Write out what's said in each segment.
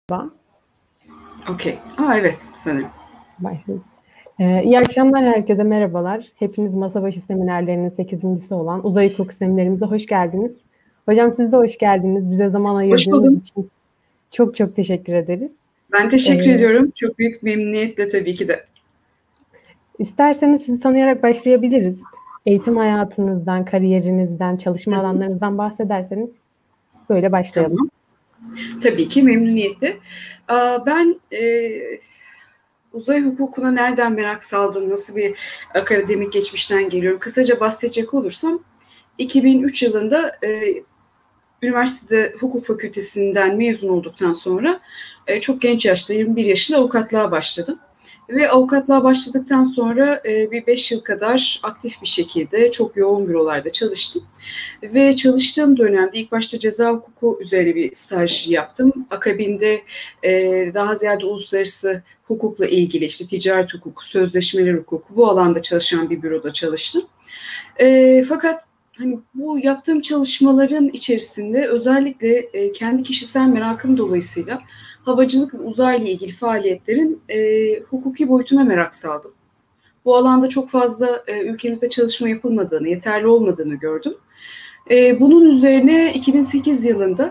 Ba- Okey. Evet sanırım. Başladık. İyi akşamlar herkese, merhabalar. Hepiniz masa başı seminerlerinin 8.'si olan uzay hukuk seminerimize hoş geldiniz. Hocam siz de hoş geldiniz. Bize zaman Hoş ayırdığınız buldum. için çok çok teşekkür ederiz. Ben Ee, teşekkür ediyorum. Çok büyük memnuniyetle tabii ki de. isterseniz sizi tanıyarak başlayabiliriz. Eğitim hayatınızdan, kariyerinizden, çalışma Hı hı. alanlarınızdan bahsederseniz böyle başlayalım. Tamam. Tabii ki memnuniyetle. Ben uzay hukukuna nereden merak saldım, nasıl bir akademik geçmişten geliyorum? Kısaca bahsedecek olursam 2003 yılında üniversitede hukuk fakültesinden mezun olduktan sonra çok genç yaşta 21 yaşında avukatlığa başladım. Ve avukatlığa başladıktan sonra bir 5 yıl kadar aktif bir şekilde çok yoğun bürolarda çalıştım. Ve çalıştığım dönemde ilk başta ceza hukuku üzerine bir staj yaptım. Akabinde daha ziyade uluslararası hukukla ilgili işte ticaret hukuku, sözleşmeler hukuku bu alanda çalışan bir büroda çalıştım. Fakat hani bu yaptığım çalışmaların içerisinde özellikle kendi kişisel merakım dolayısıyla havacılık ve uzayla ilgili faaliyetlerin hukuki boyutuna merak saldım. Bu alanda çok fazla ülkemizde çalışma yapılmadığını, yeterli olmadığını gördüm. Bunun üzerine 2008 yılında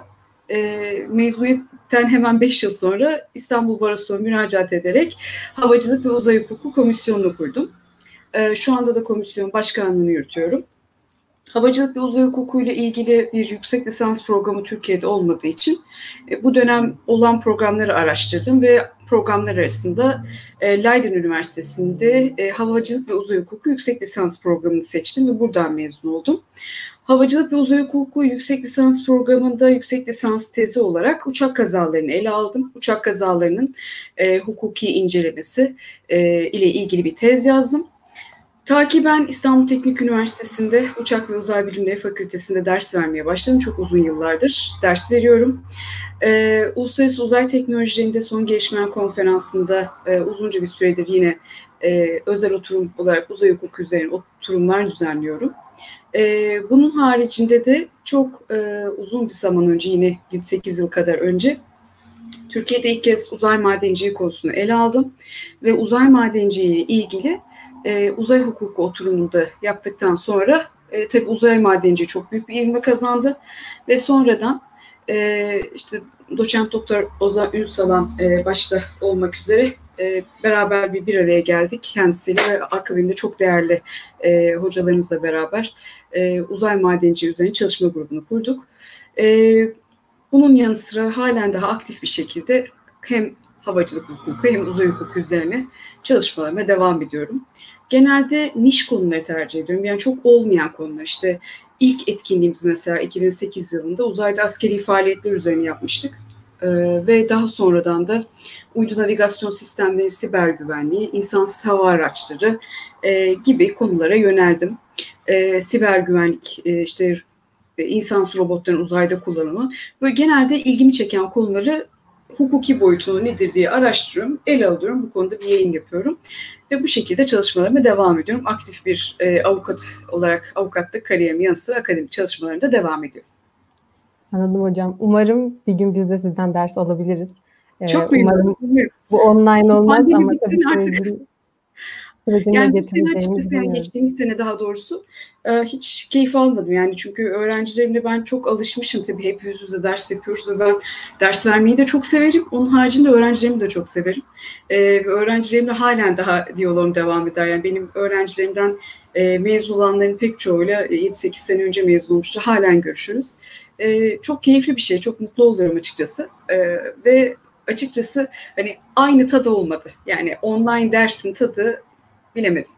mezuniyetten hemen 5 yıl sonra İstanbul Barosu'na müracaat ederek Havacılık ve Uzay Hukuku Komisyonu'nu kurdum. Şu anda da komisyon başkanlığını yürütüyorum. Havacılık ve uzay hukuku ile ilgili bir yüksek lisans programı Türkiye'de olmadığı için bu dönem olan programları araştırdım ve programlar arasında Leiden Üniversitesi'nde Havacılık ve Uzay Hukuku yüksek lisans programını seçtim ve buradan mezun oldum. Havacılık ve Uzay Hukuku yüksek lisans programında yüksek lisans tezi olarak uçak kazalarını ele aldım. Uçak kazalarının hukuki incelemesi ile ilgili bir tez yazdım. Ta ki ben İstanbul Teknik Üniversitesi'nde Uçak ve Uzay Bilimleri Fakültesi'nde ders vermeye başladım. Çok uzun yıllardır ders veriyorum. Uluslararası Uzay Teknolojilerinde Son Gelişmeler Konferansı'nda uzunca bir süredir yine özel oturum olarak uzay hukuku üzerine oturumlar düzenliyorum. Bunun haricinde de çok uzun bir zaman önce, yine 8 yıl kadar önce Türkiye'de ilk kez uzay madenciliği konusunu ele aldım ve uzay madenciliği ile ilgili uzay hukuku oturumunu da yaptıktan sonra tabii uzay madenciliği çok büyük bir ivme kazandı ve sonradan işte doçent doktor Ozan Ünsal'an başta olmak üzere beraber bir araya geldik kendisiyle ve akabinde çok değerli hocalarımızla beraber uzay madenciliği üzerine çalışma grubunu kurduk. Bunun yanı sıra halen daha aktif bir şekilde hem havacılık hukuku hem uzay hukuku üzerine çalışmalarıma devam ediyorum. Genelde niş konuları tercih ediyorum. Yani çok olmayan konular. İşte ilk etkinliğimiz mesela 2008 yılında uzayda askeri faaliyetler üzerine yapmıştık. Ve daha sonradan da uydu navigasyon sistemleri, siber güvenliği, insansız hava araçları gibi konulara yöneldim. Siber güvenlik, işte insansız robotların uzayda kullanımı. Böyle genelde ilgimi çeken konuları hukuki boyutunu nedir diye araştırıyorum, ele alıyorum. Bu konuda bir yayın yapıyorum. Ve bu şekilde çalışmalarıma devam ediyorum. Aktif bir avukat olarak avukatlık kariyerimin yanı sıra akademik çalışmalarımda devam ediyorum. Anladım hocam. Umarım bir gün biz de sizden ders alabiliriz. Çok memnunum. Umarım bu online olmaz Pandemi ama tabii bitsin artık. sürecin ne Yani bu sene getireceğini açıkçası, yani bilemiyoruz. geçtiğimiz sene daha doğrusu hiç keyif almadım. Yani çünkü öğrencilerimle ben çok alışmışım, tabii hep yüz yüze ders yapıyoruz ve ben ders vermeyi de çok severim. Onun haricinde öğrencilerimi de çok severim. Öğrencilerimle halen daha diyaloğum devam eder. Yani benim öğrencilerimden mezun olanların pek çoğuyla 7-8 sene önce mezun olmuştu. Halen görüşürüz. Çok keyifli bir şey. Çok mutlu oluyorum açıkçası. Ve açıkçası hani aynı tadı olmadı. Yani online dersin tadı bilemedim.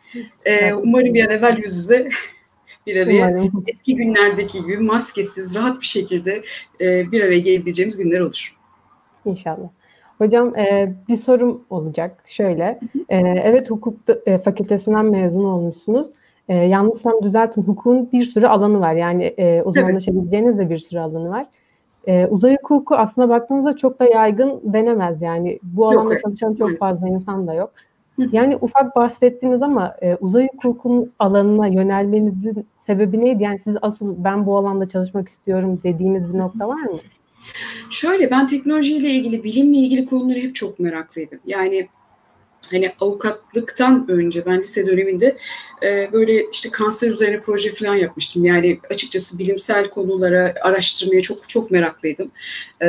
Umarım bir an evvel yüz yüze bir araya Umarım. eski günlerdeki gibi maskesiz, rahat bir şekilde bir araya gelebileceğimiz günler olur. İnşallah. Hocam bir sorum olacak. Şöyle, evet hukuk fakültesinden mezun olmuşsunuz. Yanlışsam düzeltin. Hukukun bir sürü alanı var. Yani Tabii. uzmanlaşabileceğiniz de bir sürü alanı var. Uzay hukuku aslında baktığınızda çok da yaygın denemez. Yani bu Yok, alanda evet. çalışan çok Maalesef. fazla insan da yok. Yani ufak bahsettiniz ama uzay hukukunun alanına yönelmenizin sebebi neydi? Yani siz asıl ben bu alanda çalışmak istiyorum dediğiniz bir nokta var mı? Şöyle, ben teknolojiyle ilgili, bilimle ilgili konuları hep çok meraklıydım. Yani hani avukatlıktan önce ben lise döneminde böyle işte kanser üzerine proje falan yapmıştım. Yani açıkçası bilimsel konulara araştırmaya çok çok meraklıydım. E,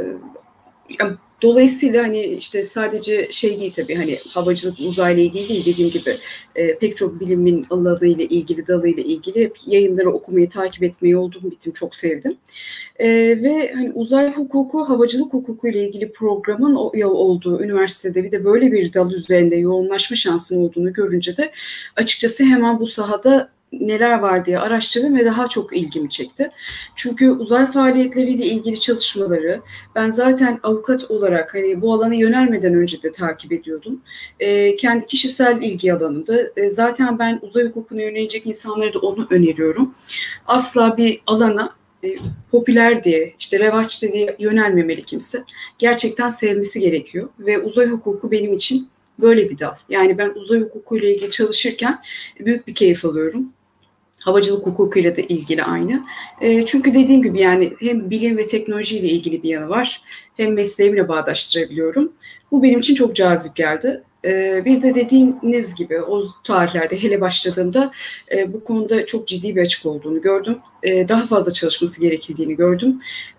Dolayısıyla hani işte sadece şey değil tabii, hani havacılık, uzayla ilgili değil, dediğim gibi pek çok bilimin alanıyla ilgili, dalıyla ilgili hep yayınları okumayı, takip etmeyi oldum bittim çok sevdim. Ve hani uzay hukuku, havacılık hukuku ile ilgili programın olduğu üniversitede bir de böyle bir dal üzerinde yoğunlaşma şansım olduğunu görünce de açıkçası hemen bu sahada neler var diye araştırdım ve daha çok ilgimi çekti. Çünkü uzay faaliyetleriyle ilgili çalışmaları ben zaten avukat olarak hani bu alana yönelmeden önce de takip ediyordum. Kendi kişisel ilgi alanımda. Zaten ben uzay hukukuna yönelecek insanlara da onu öneriyorum. Asla bir alana popüler diye, işte revaçta diye yönelmemeli kimse. Gerçekten sevmesi gerekiyor ve uzay hukuku benim için böyle bir dal. Yani ben uzay hukukuyla ilgili çalışırken büyük bir keyif alıyorum. Havacılık hukukuyla da ilgili aynı. Çünkü dediğim gibi yani hem bilim ve teknolojiyle ilgili bir yanı var, hem mesleğimle bağdaştırabiliyorum. Bu benim için çok cazip geldi. Bir de dediğiniz gibi o tarihlerde hele başladığımda bu konuda çok ciddi bir açık olduğunu gördüm. Daha fazla çalışması gerekildiğini gördüm.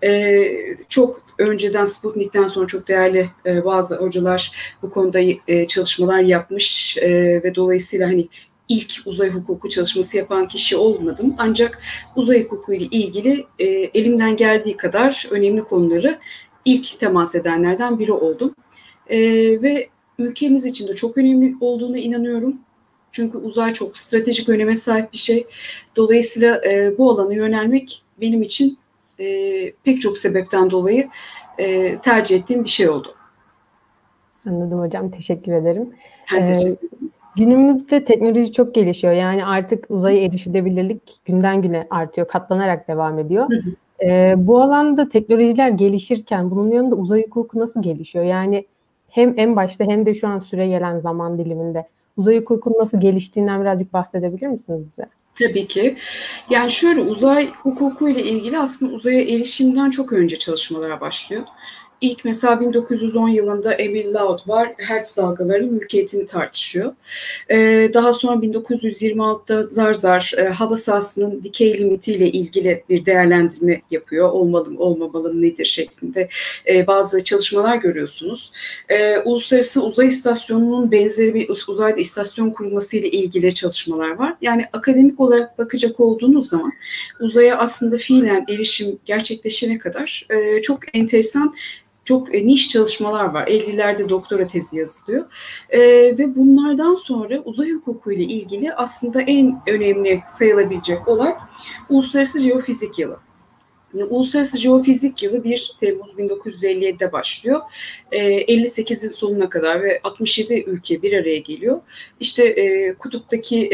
Çok önceden Sputnik'ten sonra çok değerli bazı hocalar bu konuda çalışmalar yapmış ve dolayısıyla hani ilk uzay hukuku çalışması yapan kişi olmadım. Ancak uzay hukuku ile ilgili elimden geldiği kadar önemli konuları ilk temas edenlerden biri oldum. Ve ülkemiz için de çok önemli olduğuna inanıyorum. Çünkü uzay çok stratejik öneme sahip bir şey. Dolayısıyla bu alana yönelmek benim için pek çok sebepten dolayı tercih ettiğim bir şey oldu. Anladım hocam, teşekkür ederim. Ben teşekkür ederim. Günümüzde teknoloji çok gelişiyor. Yani artık uzaya erişilebilirlik günden güne artıyor, katlanarak devam ediyor. Bu alanda teknolojiler gelişirken bunun yanında uzay hukuku nasıl gelişiyor? Yani hem en başta hem de şu an süre gelen zaman diliminde uzay hukukunun nasıl geliştiğinden birazcık bahsedebilir misiniz bize? Tabii ki. Yani şöyle, uzay hukuku ile ilgili aslında uzaya erişimden çok önce çalışmalara başlıyor. İlk mesela 1910 yılında Emil Laud var, Hertz dalgalarının mülkiyetini tartışıyor. Daha sonra 1926'da zar zar hava sahasının dikey limitiyle ilgili bir değerlendirme yapıyor. Olmalı mı, olmamalı mı, nedir şeklinde bazı çalışmalar görüyorsunuz. Uluslararası Uzay İstasyonu'nun benzeri bir uzayda istasyon kurulması ile ilgili çalışmalar var. Yani akademik olarak bakacak olduğunuz zaman uzaya aslında fiilen erişim gerçekleşene kadar çok enteresan, çok niş çalışmalar var. 50'lerde doktora tezi yazılıyor. Ve bunlardan sonra uzay hukuku ile ilgili aslında en önemli sayılabilecek olay Uluslararası Jeofizik Yılı. Uluslararası Jeofizik Yılı 1 Temmuz 1957'de başlıyor. 58'in sonuna kadar ve 67 ülke bir araya geliyor. İşte kutuptaki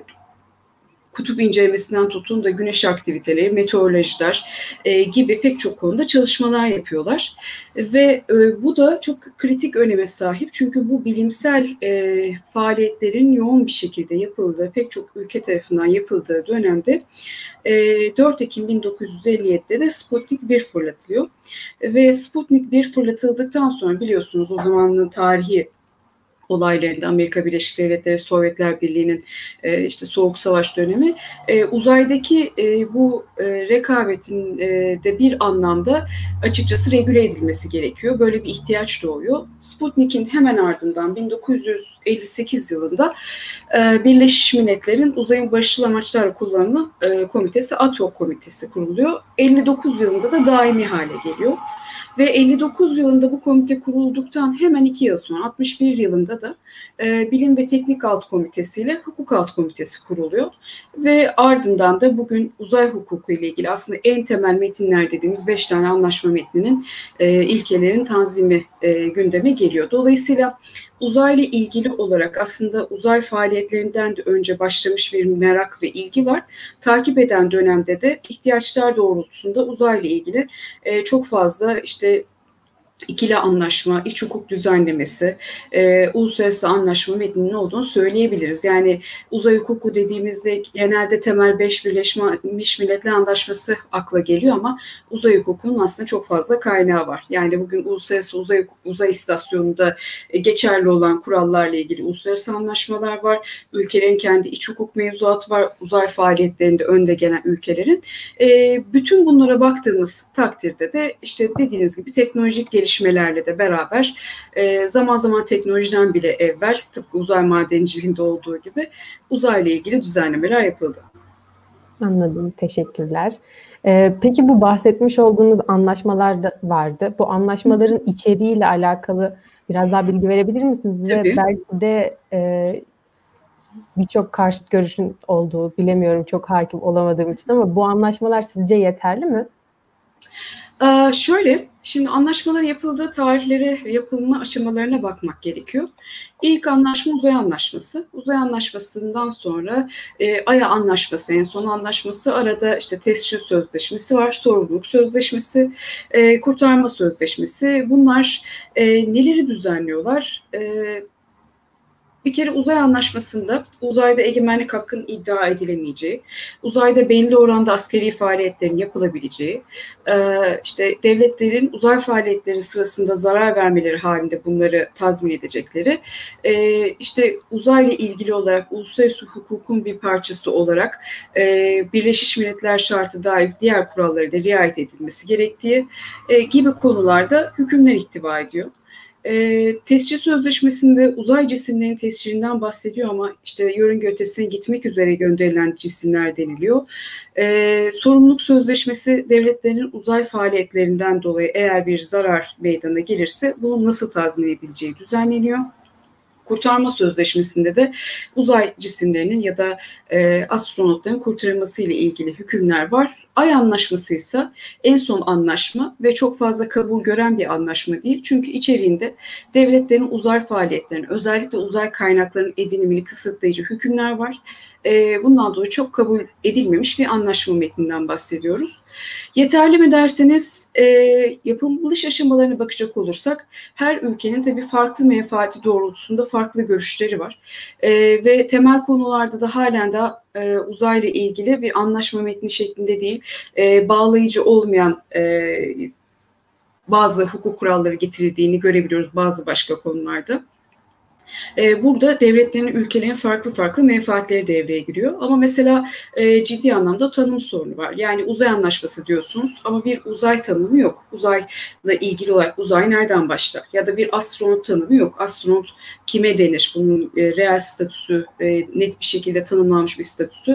kutup incelemesinden tutun da güneş aktiviteleri, meteorolojiler gibi pek çok konuda çalışmalar yapıyorlar. Ve bu da çok kritik öneme sahip. Çünkü bu bilimsel faaliyetlerin yoğun bir şekilde yapıldığı, pek çok ülke tarafından yapıldığı dönemde 4 Ekim 1957'de de Sputnik 1 fırlatılıyor. Ve Sputnik 1 fırlatıldıktan sonra biliyorsunuz o zamanın tarihi olaylarında Amerika Birleşik Devletleri, Sovyetler Birliği'nin işte Soğuk Savaş dönemi uzaydaki bu rekabetin de bir anlamda açıkçası regüle edilmesi gerekiyor. Böyle bir ihtiyaç doğuyor. Sputnik'in hemen ardından 1958 yılında Birleşmiş Milletler'in uzayın barışçıl amaçlarla kullanımı komitesi, ATOK komitesi kuruluyor. 59 yılında da daimi hale geliyor. Ve 59 yılında bu komite kurulduktan hemen 2 yıl sonra 61 yılında da Bilim ve Teknik Alt Komitesi ile Hukuk Alt Komitesi kuruluyor. Ve ardından da bugün uzay hukuku ile ilgili aslında en temel metinler dediğimiz 5 tane anlaşma metninin ilkelerin tanzimi gündeme geliyor. Dolayısıyla uzayla ilgili olarak aslında uzay faaliyetlerinden de önce başlamış bir merak ve ilgi var. Takip eden dönemde de ihtiyaçlar doğrultusunda uzayla ilgili çok fazla işte ikili anlaşma, iç hukuk düzenlemesi, uluslararası anlaşma metninin olduğunu söyleyebiliriz. Yani uzay hukuku dediğimizde genelde temel 5 Birleşmiş Milletler Anlaşması akla geliyor ama uzay hukukunun aslında çok fazla kaynağı var. Yani bugün uluslararası uzay istasyonunda geçerli olan kurallarla ilgili uluslararası anlaşmalar var. Ülkelerin kendi iç hukuk mevzuatı var. Uzay faaliyetlerinde önde gelen ülkelerin. Bütün bunlara baktığımız takdirde de işte dediğiniz gibi teknolojik gelişmelerle de beraber zaman zaman teknolojiden bile evvel tıpkı uzay madenciliğinde olduğu gibi uzayla ilgili düzenlemeler yapıldı. Anladım, teşekkürler. Peki bu bahsetmiş olduğunuz anlaşmalar da vardı. Bu anlaşmaların içeriğiyle alakalı biraz daha bilgi verebilir misiniz? Tabii. Ve belki de birçok karşıt görüşün olduğu, bilemiyorum, çok hakim olamadığım için, ama bu anlaşmalar sizce yeterli mi? Şimdi anlaşmaların yapıldığı tarihlere ve yapılma aşamalarına bakmak gerekiyor. İlk anlaşma Uzay Anlaşması. Uzay Anlaşması'ndan sonra Aya Anlaşması, en son anlaşması. Arada işte Tescil Sözleşmesi var, Sorumluluk Sözleşmesi, Kurtarma Sözleşmesi. Bunlar neleri düzenliyorlar? Bir kere uzay anlaşmasında uzayda egemenlik hakkının iddia edilemeyeceği, uzayda belli oranda askeri faaliyetlerin yapılabileceği, işte devletlerin uzay faaliyetleri sırasında zarar vermeleri halinde bunları tazmin edecekleri, işte uzayla ilgili olarak uluslararası hukukun bir parçası olarak Birleşmiş Milletler Şartı dahil diğer kurallara da riayet edilmesi gerektiği gibi konularda hükümler ihtiva ediyor. Tescil Sözleşmesi'nde uzay cisimlerinin tescilinden bahsediyor ama işte yörünge ötesine gitmek üzere gönderilen cisimler deniliyor. Sorumluluk Sözleşmesi devletlerin uzay faaliyetlerinden dolayı eğer bir zarar meydana gelirse bunun nasıl tazmin edileceği düzenleniyor. Kurtarma Sözleşmesi'nde de uzay cisimlerinin ya da astronotların kurtarılması ile ilgili hükümler var. Ay Anlaşması ise en son anlaşma ve çok fazla kabul gören bir anlaşma değil. Çünkü içeriğinde devletlerin uzay faaliyetlerini, özellikle uzay kaynaklarının edinimini kısıtlayıcı hükümler var. Bundan dolayı çok kabul edilmemiş bir anlaşma metninden bahsediyoruz. Yeterli mi derseniz, yapılış aşamalarına bakacak olursak her ülkenin tabii farklı menfaati doğrultusunda farklı görüşleri var. Ve temel konularda da halen daha uzayla ilgili bir anlaşma metni şeklinde değil, bağlayıcı olmayan bazı hukuk kuralları getirildiğini görebiliyoruz bazı başka konularda. Burada devletlerin, ülkelerin farklı menfaatleri devreye giriyor. Ama mesela ciddi anlamda tanım sorunu var. Yani uzay anlaşması diyorsunuz ama bir uzay tanımı yok. Uzayla ilgili olarak uzay nereden başlar? Ya da bir astronot tanımı yok. Astronot kime denir? Bunun reel statüsü, net bir şekilde tanımlanmış bir statüsü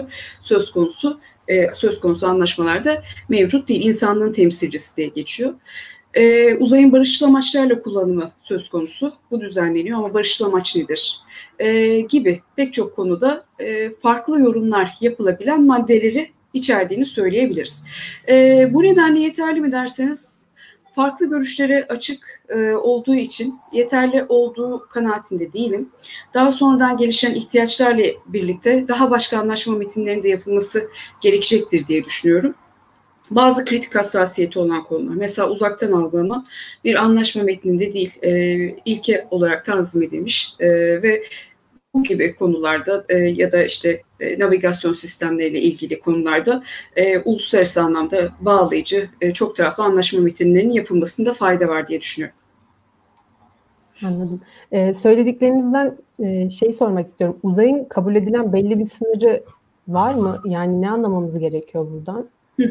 söz konusu anlaşmalarda mevcut değil. İnsanlığın temsilcisi diye geçiyor. Uzayın barışçıl amaçlarla kullanımı söz konusu. Bu düzenleniyor ama barışçıl amaç nedir? Gibi pek çok konuda farklı yorumlar yapılabilen maddeleri içerdiğini söyleyebiliriz. Bu nedenle yeterli mi derseniz, farklı görüşlere açık olduğu için yeterli olduğu kanaatinde değilim. Daha sonradan gelişen ihtiyaçlarla birlikte daha başka anlaşma metinlerinin de yapılması gerekecektir diye düşünüyorum. Bazı kritik hassasiyeti olan konular, mesela uzaktan algılama bir anlaşma metninde değil, ilke olarak tanzim edilmiş ve bu gibi konularda ya da işte navigasyon sistemleriyle ilgili konularda uluslararası anlamda bağlayıcı, çok taraflı anlaşma metinlerinin yapılmasında fayda var diye düşünüyorum. Anladım. Söylediklerinizden şey sormak istiyorum. Uzayın kabul edilen belli bir sınırı var mı? Yani ne anlamamız gerekiyor buradan?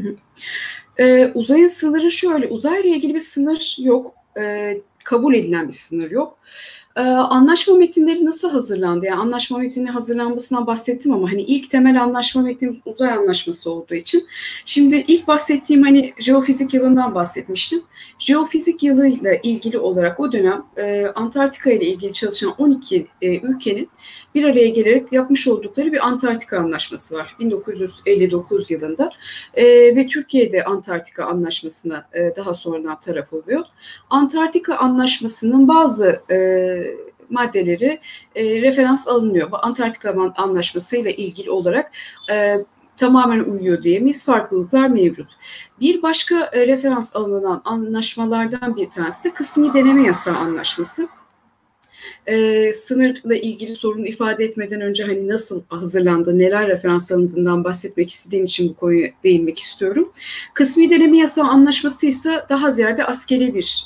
Uzayın sınırı şöyle, uzayla ilgili bir sınır yok, kabul edilen bir sınır yok. Anlaşma metinleri nasıl hazırlandı? Yani anlaşma metninin hazırlanmasından bahsettim ama hani ilk temel anlaşma metnimiz uzay anlaşması olduğu için. Şimdi ilk bahsettiğim hani jeofizik yılından bahsetmiştim. Jeofizik yılıyla ilgili olarak o dönem Antarktika ile ilgili çalışan 12 ülkenin bir araya gelerek yapmış oldukları bir Antarktika Anlaşması var 1959 yılında ve Türkiye'de Antarktika Anlaşması'na daha sonradan taraf oluyor. Antarktika Anlaşması'nın bazı maddeleri referans alınıyor. Antarktika Anlaşması ile ilgili olarak tamamen uyuyor diyemeyiz. Farklılıklar mevcut. Bir başka referans alınan anlaşmalardan bir tanesi de kısmi deneme yasağı anlaşması. Sınırla ilgili sorunu ifade etmeden önce hani nasıl hazırlandı, neler referans alındığından bahsetmek istediğim için bu konuya değinmek istiyorum. Kısmi deneme yasağı anlaşması ise daha ziyade askeri bir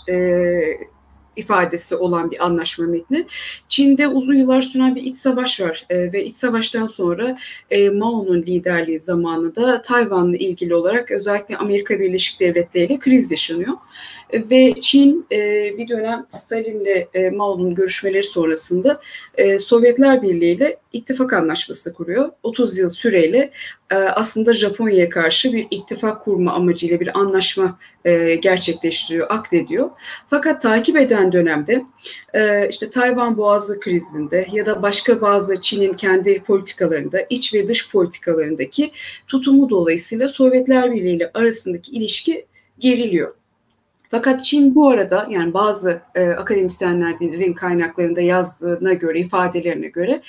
ifadesi olan bir anlaşma metni. Çin'de uzun yıllar süren bir iç savaş var ve iç savaştan sonra Mao'nun liderliği zamanında Tayvan'la ilgili olarak özellikle Amerika Birleşik Devletleri ile kriz yaşanıyor. Ve Çin bir dönem Stalin'le Mao'nun görüşmeleri sonrasında Sovyetler Birliği ile ittifak anlaşması kuruyor. 30 yıl süreyle aslında Japonya'ya karşı bir ittifak kurma amacıyla bir anlaşma gerçekleştiriyor, akdediyor. Fakat takip eden dönemde işte Tayvan Boğazı krizinde ya da başka bazı Çin'in kendi politikalarında, iç ve dış politikalarındaki tutumu dolayısıyla Sovyetler Birliği ile arasındaki ilişki geriliyor. Fakat Çin bu arada yani bazı akademisyenlerin kaynaklarında yazdığına göre, ifadelerine göre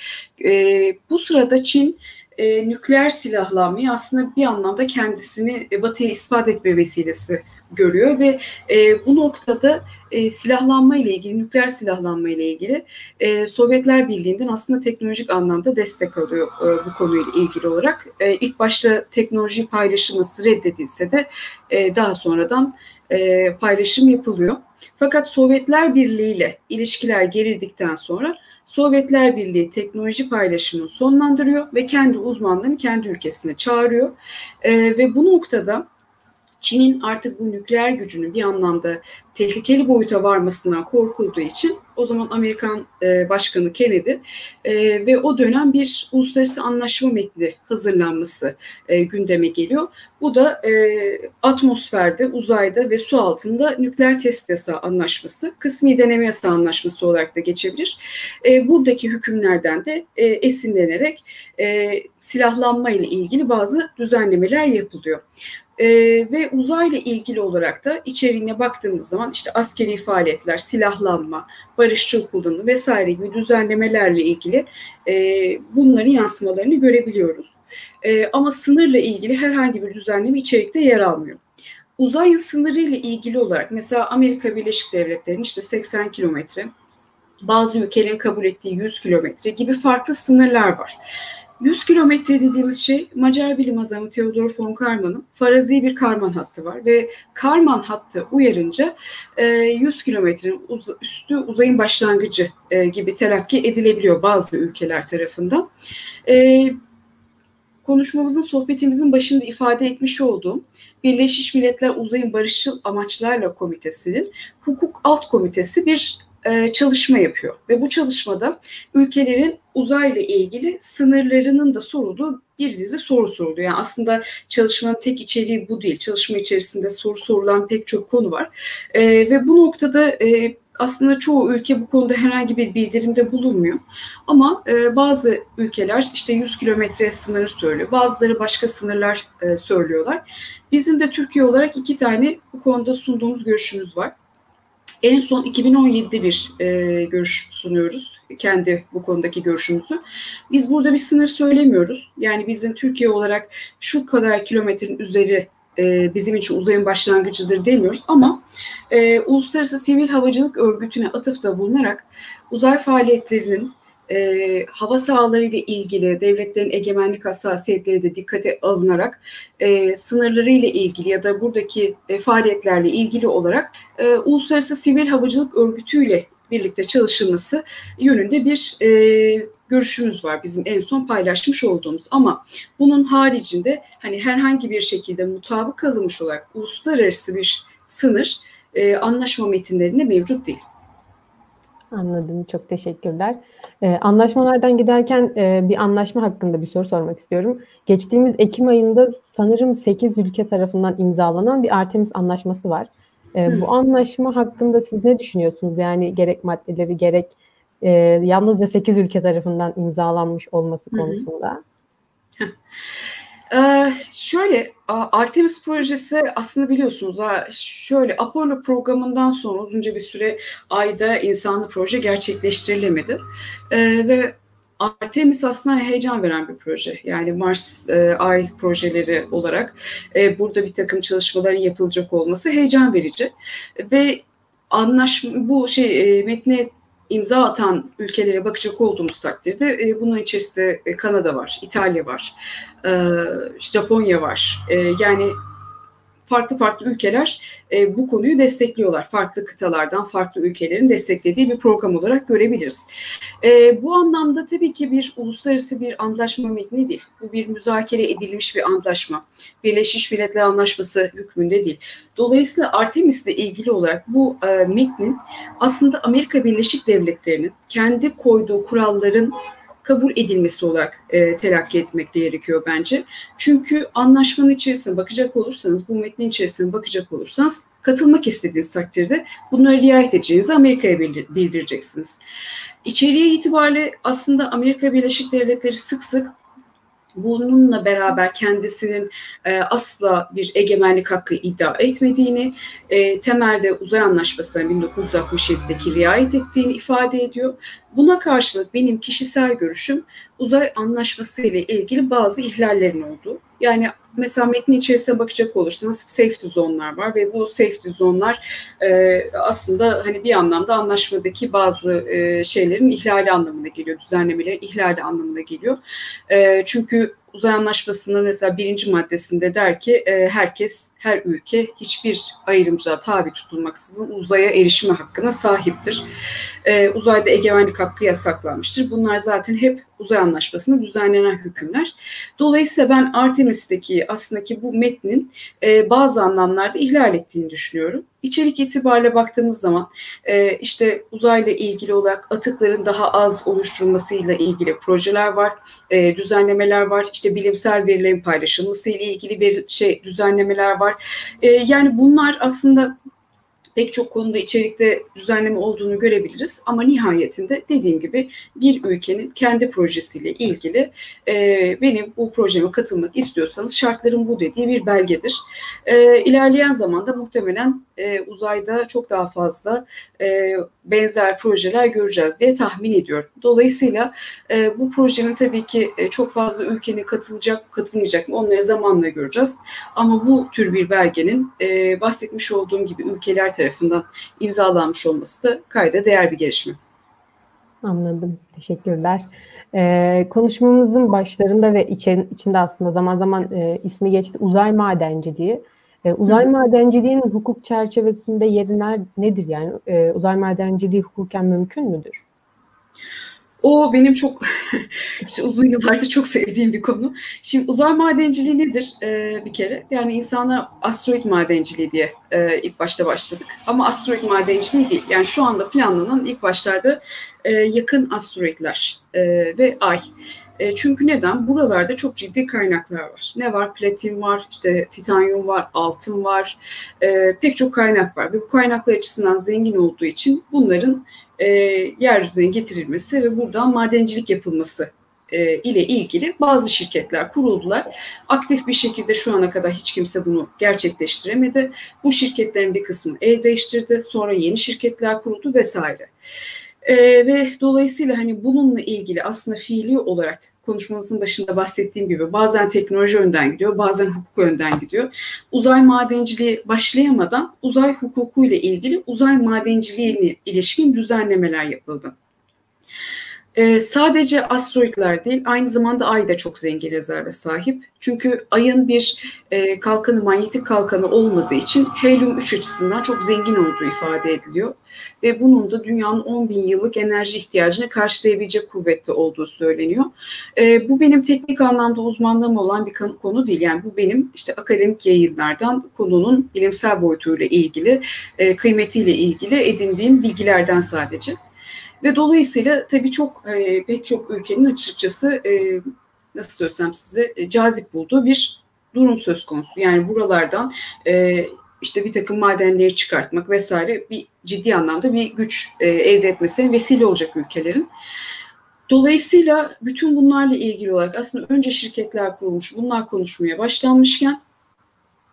bu sırada Çin nükleer silahlanmayı aslında bir anlamda kendisini Batı'ya ispat etme vesilesi görüyor ve bu noktada silahlanma ile ilgili, nükleer silahlanma ile ilgili Sovyetler Birliği'nden aslında teknolojik anlamda destek alıyor bu konuyla ilgili olarak. İlk başta teknoloji paylaşılması reddedilse de daha sonradan paylaşım yapılıyor. Fakat Sovyetler Birliği ile ilişkiler gerildikten sonra Sovyetler Birliği teknoloji paylaşımını sonlandırıyor ve kendi uzmanlarını kendi ülkesine çağırıyor. Ve bu noktada Çin'in artık bu nükleer gücünün bir anlamda tehlikeli boyuta varmasından korkulduğu için o zaman Amerikan Başkanı Kennedy ve o dönem bir uluslararası anlaşma metni hazırlanması gündeme geliyor. Bu da atmosferde, uzayda ve su altında nükleer test yasağı anlaşması, kısmi deneme yasağı anlaşması olarak da geçebilir. Buradaki hükümlerden de esinlenerek silahlanma ile ilgili bazı düzenlemeler yapılıyor. Ve uzayla ilgili olarak da içeriğine baktığımız zaman işte askeri faaliyetler, silahlanma, barışçıl kullanım vesaire gibi düzenlemelerle ilgili bunların yansımalarını görebiliyoruz. Ama sınırla ilgili herhangi bir düzenleme içerikte yer almıyor. Uzay sınırı ile ilgili olarak mesela Amerika Birleşik Devletleri'nin işte 80 kilometre, bazı ülkelerin kabul ettiği 100 kilometre gibi farklı sınırlar var. 100 kilometre dediğimiz şey Macar bilim adamı Theodor von Karman'ın farazi bir Karman hattı var ve Karman hattı uyarınca 100 kilometrenin üstü uzayın başlangıcı gibi telakki edilebiliyor bazı ülkeler tarafından. Konuşmamızın, sohbetimizin başında ifade etmiş olduğum Birleşmiş Milletler Uzayın Barışçıl Amaçlarla Komitesi'nin hukuk alt komitesi bir çalışma yapıyor. Ve bu çalışmada ülkelerin uzayla ilgili sınırlarının da sorulduğu bir dizi soru soruluyor. Yani aslında çalışmanın tek içeriği bu değil. Çalışma içerisinde soru sorulan pek çok konu var. Ve bu noktada aslında çoğu ülke bu konuda herhangi bir bildirimde bulunmuyor. Ama bazı ülkeler işte 100 kilometre sınırı söylüyor. Bazıları başka sınırlar söylüyorlar. Bizim de Türkiye olarak 2 tane bu konuda sunduğumuz görüşümüz var. En son 2017'de bir görüş sunuyoruz. Kendi bu konudaki görüşümüzü. Biz burada bir sınır söylemiyoruz. Yani bizim Türkiye olarak şu kadar kilometrenin üzeri bizim için uzayın başlangıcıdır demiyoruz. Ama Uluslararası Sivil Havacılık Örgütü'ne atıfta bulunarak uzay faaliyetlerinin hava sahaları ile ilgili devletlerin egemenlik hassasiyetleri de dikkate alınarak sınırları ile ilgili ya da buradaki faaliyetlerle ilgili olarak Uluslararası Sivil Havacılık Örgütü ile birlikte çalışılması yönünde bir görüşümüz var bizim en son paylaşmış olduğumuz. Ama bunun haricinde hani herhangi bir şekilde mutabık kalınmış olarak uluslararası bir sınır anlaşma metinlerinde mevcut değil. Anladım. Çok teşekkürler. Anlaşmalardan giderken bir anlaşma hakkında bir soru sormak istiyorum. Geçtiğimiz Ekim ayında sanırım 8 ülke tarafından imzalanan bir Artemis Anlaşması var. Bu anlaşma hakkında siz ne düşünüyorsunuz? Yani gerek maddeleri gerek yalnızca 8 ülke tarafından imzalanmış olması konusunda. Şöyle Artemis projesi aslında biliyorsunuz şöyle Apollo programından sonra uzunca bir süre Ay'da insanlı proje gerçekleştirilemedi ve Artemis aslında heyecan veren bir proje. Yani Mars, Ay projeleri olarak burada bir takım çalışmaların yapılacak olması heyecan verici. Ve bu metne imza atan ülkelere bakacak olduğumuz takdirde bunun içerisinde Kanada var, İtalya var, Japonya var. Yani farklı farklı ülkeler bu konuyu destekliyorlar. Farklı kıtalardan farklı ülkelerin desteklediği bir program olarak görebiliriz. Bu anlamda tabii ki bir uluslararası bir antlaşma metni değil. Bu bir müzakere edilmiş bir antlaşma. Birleşmiş Milletler Anlaşması hükmünde değil. Dolayısıyla Artemis'le ilgili olarak bu metnin aslında Amerika Birleşik Devletleri'nin kendi koyduğu kuralların kabul edilmesi olarak telakki etmek gerekiyor bence. Çünkü anlaşmanın içerisine bakacak olursanız, bu metnin içerisine bakacak olursanız katılmak istediğiniz takdirde bunları riayet edeceğinizi Amerika'ya bildireceksiniz. İçeriği itibariyle aslında Amerika Birleşik Devletleri sık sık bununla beraber kendisinin asla bir egemenlik hakkı iddia etmediğini, temelde uzay anlaşmasına 1967'deki riayet ettiğini ifade ediyor. Buna karşılık benim kişisel görüşüm uzay anlaşması ile ilgili bazı ihlallerin olduğu. Yani mesela metnin içerisine bakacak olursanız safety zone'lar var ve bu safety zone'lar aslında hani bir anlamda anlaşmadaki bazı şeylerin ihlali anlamına geliyor, düzenlemelerin ihlali anlamına geliyor. Çünkü uzay anlaşmasının mesela 1. maddesinde der ki herkes, her ülke hiçbir ayrımcılığa tabi tutulmaksızın uzaya erişme hakkına sahiptir. Uzayda egemenlik hakkı yasaklanmıştır. Bunlar zaten hep uzay anlaşmasında düzenlenen hükümler. Dolayısıyla ben Artemis'teki aslında ki bu metnin bazı anlamlarda ihlal ettiğini düşünüyorum. İçerik itibariyle baktığımız zaman işte uzayla ilgili olarak atıkların daha az oluşturulmasıyla ilgili projeler var, düzenlemeler var. İşte bilimsel verilerin paylaşılması ile ilgili bir düzenlemeler var. Yani bunlar aslında pek çok konuda içerikte düzenleme olduğunu görebiliriz. Ama nihayetinde dediğim gibi bir ülkenin kendi projesiyle ilgili benim bu projeme katılmak istiyorsanız şartlarım bu dediği bir belgedir. İlerleyen zamanda muhtemelen uzayda çok daha fazla benzer projeler göreceğiz diye tahmin ediyorum. Dolayısıyla bu projenin tabii ki çok fazla ülkenin katılacak, katılmayacak mı onları zamanla göreceğiz. Ama bu tür bir belgenin bahsetmiş olduğum gibi ülkeler tarafından imzalanmış olması da kayda değer bir gelişme. Anladım. Teşekkürler. Konuşmamızın başlarında ve içinde aslında zaman zaman ismi geçti uzay madenciliği. Uzay madenciliğinin hukuk çerçevesinde yeri nedir yani? Uzay madenciliği hukuken mümkün müdür? O benim çok işte uzun yıllardır çok sevdiğim bir konu. Şimdi uzay madenciliği nedir bir kere? Yani insanlar asteroid madenciliği diye ilk başta başladık. Ama asteroid madenciliği değil. Yani şu anda planlanan ilk başlarda yakın asteroidler ve Ay. Çünkü neden? Buralarda çok ciddi kaynaklar var. Ne var? Platin var, işte titanyum var, altın var. Pek çok kaynak var. Ve bu kaynaklar açısından zengin olduğu için bunların yeryüzüne getirilmesi ve buradan madencilik yapılması ile ilgili bazı şirketler kuruldular. Aktif bir şekilde şu ana kadar hiç kimse bunu gerçekleştiremedi. Bu şirketlerin bir kısmı el değiştirdi. Sonra yeni şirketler kuruldu vesaire. Ve dolayısıyla hani bununla ilgili aslında fiili olarak konuşmamızın başında bahsettiğim gibi bazen teknoloji önden gidiyor, bazen hukuk önden gidiyor. Uzay madenciliği başlayamadan uzay hukuku ile ilgili uzay madenciliğine ilişkin düzenlemeler yapıldı. Sadece asteroidler değil, aynı zamanda Ay da çok zengin rezerve sahip. Çünkü Ay'ın bir kalkanı, manyetik kalkanı olmadığı için helyum-3 açısından çok zengin olduğu ifade ediliyor. Ve bunun da dünyanın 10.000 yıllık enerji ihtiyacını karşılayabilecek kuvvette olduğu söyleniyor. Bu benim teknik anlamda uzmanlığım olan bir konu değil. Yani bu benim işte akademik yayınlardan konunun bilimsel boyutuyla ilgili, kıymetiyle ilgili edindiğim bilgilerden sadece. Ve dolayısıyla tabii pek çok ülkenin açıkçası nasıl söylesem size cazip bulduğu bir durum söz konusu. Yani buralardan işte bir takım madenleri çıkartmak vesaire bir ciddi anlamda bir güç elde etmesine vesile olacak ülkelerin. Dolayısıyla bütün bunlarla ilgili olarak aslında önce şirketler kurulmuş, bunlar konuşmaya başlanmışken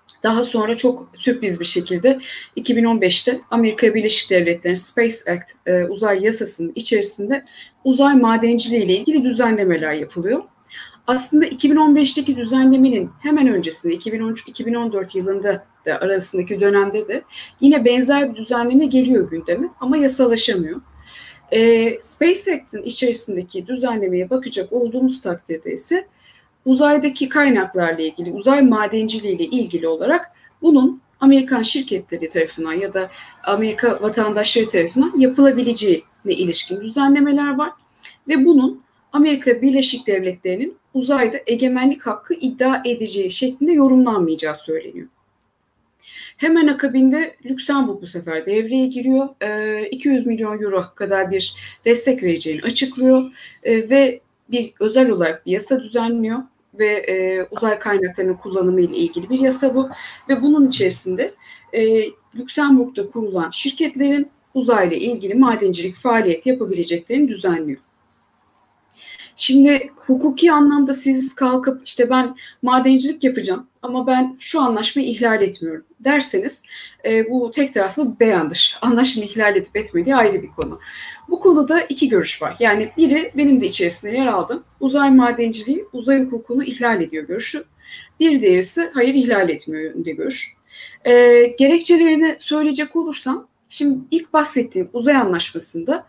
Daha sonra çok sürpriz bir şekilde 2015'te Amerika Birleşik Devletleri'nin Space Act uzay yasasının içerisinde uzay madenciliği ile ilgili düzenlemeler yapılıyor. Aslında 2015'teki düzenlemenin hemen öncesinde 2013-2014 yılında da arasındaki dönemde de yine benzer bir düzenleme geliyor gündeme ama yasalaşamıyor. Space Act'in içerisindeki düzenlemeye bakacak olduğumuz takdirde ise uzaydaki kaynaklarla ilgili, uzay madenciliği ile ilgili olarak bunun Amerikan şirketleri tarafından ya da Amerika vatandaşları tarafından yapılabileceğine ilişkin düzenlemeler var. Ve bunun Amerika Birleşik Devletleri'nin uzayda egemenlik hakkı iddia edeceği şeklinde yorumlanmayacağı söyleniyor. Hemen akabinde Lüksemburg bu sefer devreye giriyor. 200 milyon euro kadar bir destek vereceğini açıklıyor ve bir özel olarak bir yasa düzenliyor ve uzay kaynaklarının kullanımı ile ilgili bir yasa bu. Ve bunun içerisinde Lüksemburg'da kurulan şirketlerin uzayla ilgili madencilik faaliyeti yapabileceklerini düzenliyor. Şimdi hukuki anlamda siz kalkıp işte ben madencilik yapacağım ama ben şu anlaşmayı ihlal etmiyorum derseniz bu tek taraflı bir beyandır. Anlaşmayı ihlal edip etmediği ayrı bir konu. Bu konuda iki görüş var. Yani biri benim de içerisinde yer aldım. Uzay madenciliği uzay hukukunu ihlal ediyor görüşü. Bir diğerisi hayır ihlal etmiyor yönünde görüş. Gerekçelerini söyleyecek olursam şimdi ilk bahsettiğim uzay anlaşmasında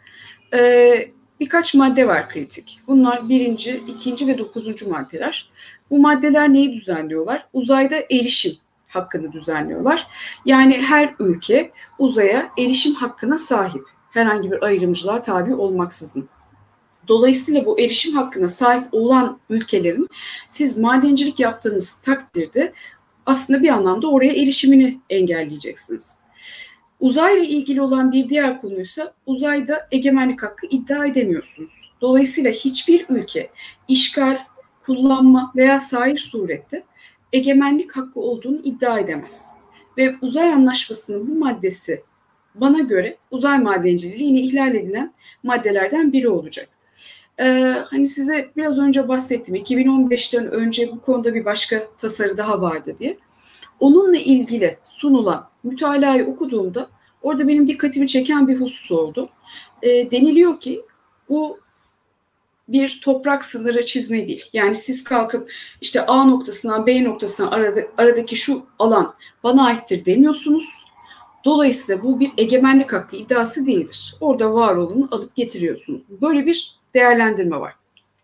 birkaç madde var kritik. Bunlar 1., 2. ve 9. maddeler. Bu maddeler neyi düzenliyorlar? Uzayda erişim hakkını düzenliyorlar. Yani her ülke uzaya erişim hakkına sahip. Herhangi bir ayrımcılığa tabi olmaksızın. Dolayısıyla bu erişim hakkına sahip olan ülkelerin siz madencilik yaptığınız takdirde aslında bir anlamda oraya erişimini engelleyeceksiniz. Uzayla ilgili olan bir diğer konuysa uzayda egemenlik hakkı iddia edemiyorsunuz. Dolayısıyla hiçbir ülke işgal, kullanma veya sair surette egemenlik hakkı olduğunu iddia edemez. Ve uzay anlaşmasının bu maddesi bana göre uzay madenciliğini ihlal edilen maddelerden biri olacak. Hani size biraz önce bahsettim 2015'ten önce bu konuda bir başka tasarı daha vardı diye. Onunla ilgili sunulan mütalayı okuduğumda orada benim dikkatimi çeken bir husus oldu. Deniliyor ki bu bir toprak sınırı çizme değil. Yani siz kalkıp işte A noktasından B noktasına aradaki şu alan bana aittir demiyorsunuz. Dolayısıyla bu bir egemenlik hakkı iddiası değildir. Orada var olanı alıp getiriyorsunuz. Böyle bir değerlendirme var.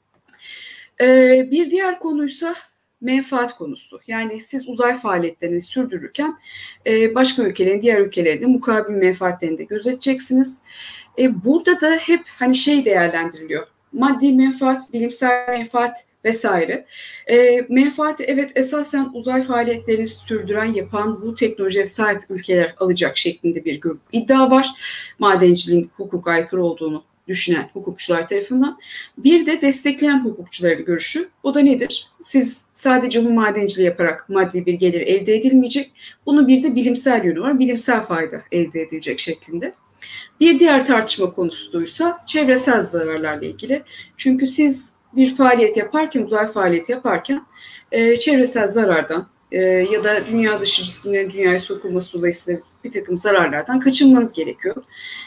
Bir diğer konuysa menfaat konusu. Yani siz uzay faaliyetlerini sürdürürken başka ülkelerin, diğer ülkelerin de mukabil menfaatlerini de gözeteceksiniz. Burada da hep hani şey değerlendiriliyor. Maddi menfaat, bilimsel menfaat vesaire. Menfaati evet esasen uzay faaliyetlerini sürdüren, yapan bu teknolojiye sahip ülkeler alacak şeklinde bir iddia var. Madenciliğin hukuka aykırı olduğunu düşünen hukukçular tarafından. Bir de destekleyen hukukçuların görüşü. O da nedir? Siz sadece bu madenciliği yaparak maddi bir gelir elde edilmeyecek. Bunun bir de bilimsel yönü var. Bilimsel fayda elde edilecek şeklinde. Bir diğer tartışma konusuysa çevresel zararlarla ilgili. Çünkü siz bir faaliyet yaparken, uzay faaliyeti yaparken çevresel zarardan ya da dünya dışı cisimlerin dünyaya sokulması dolayısıyla bir takım zararlardan kaçınmanız gerekiyor.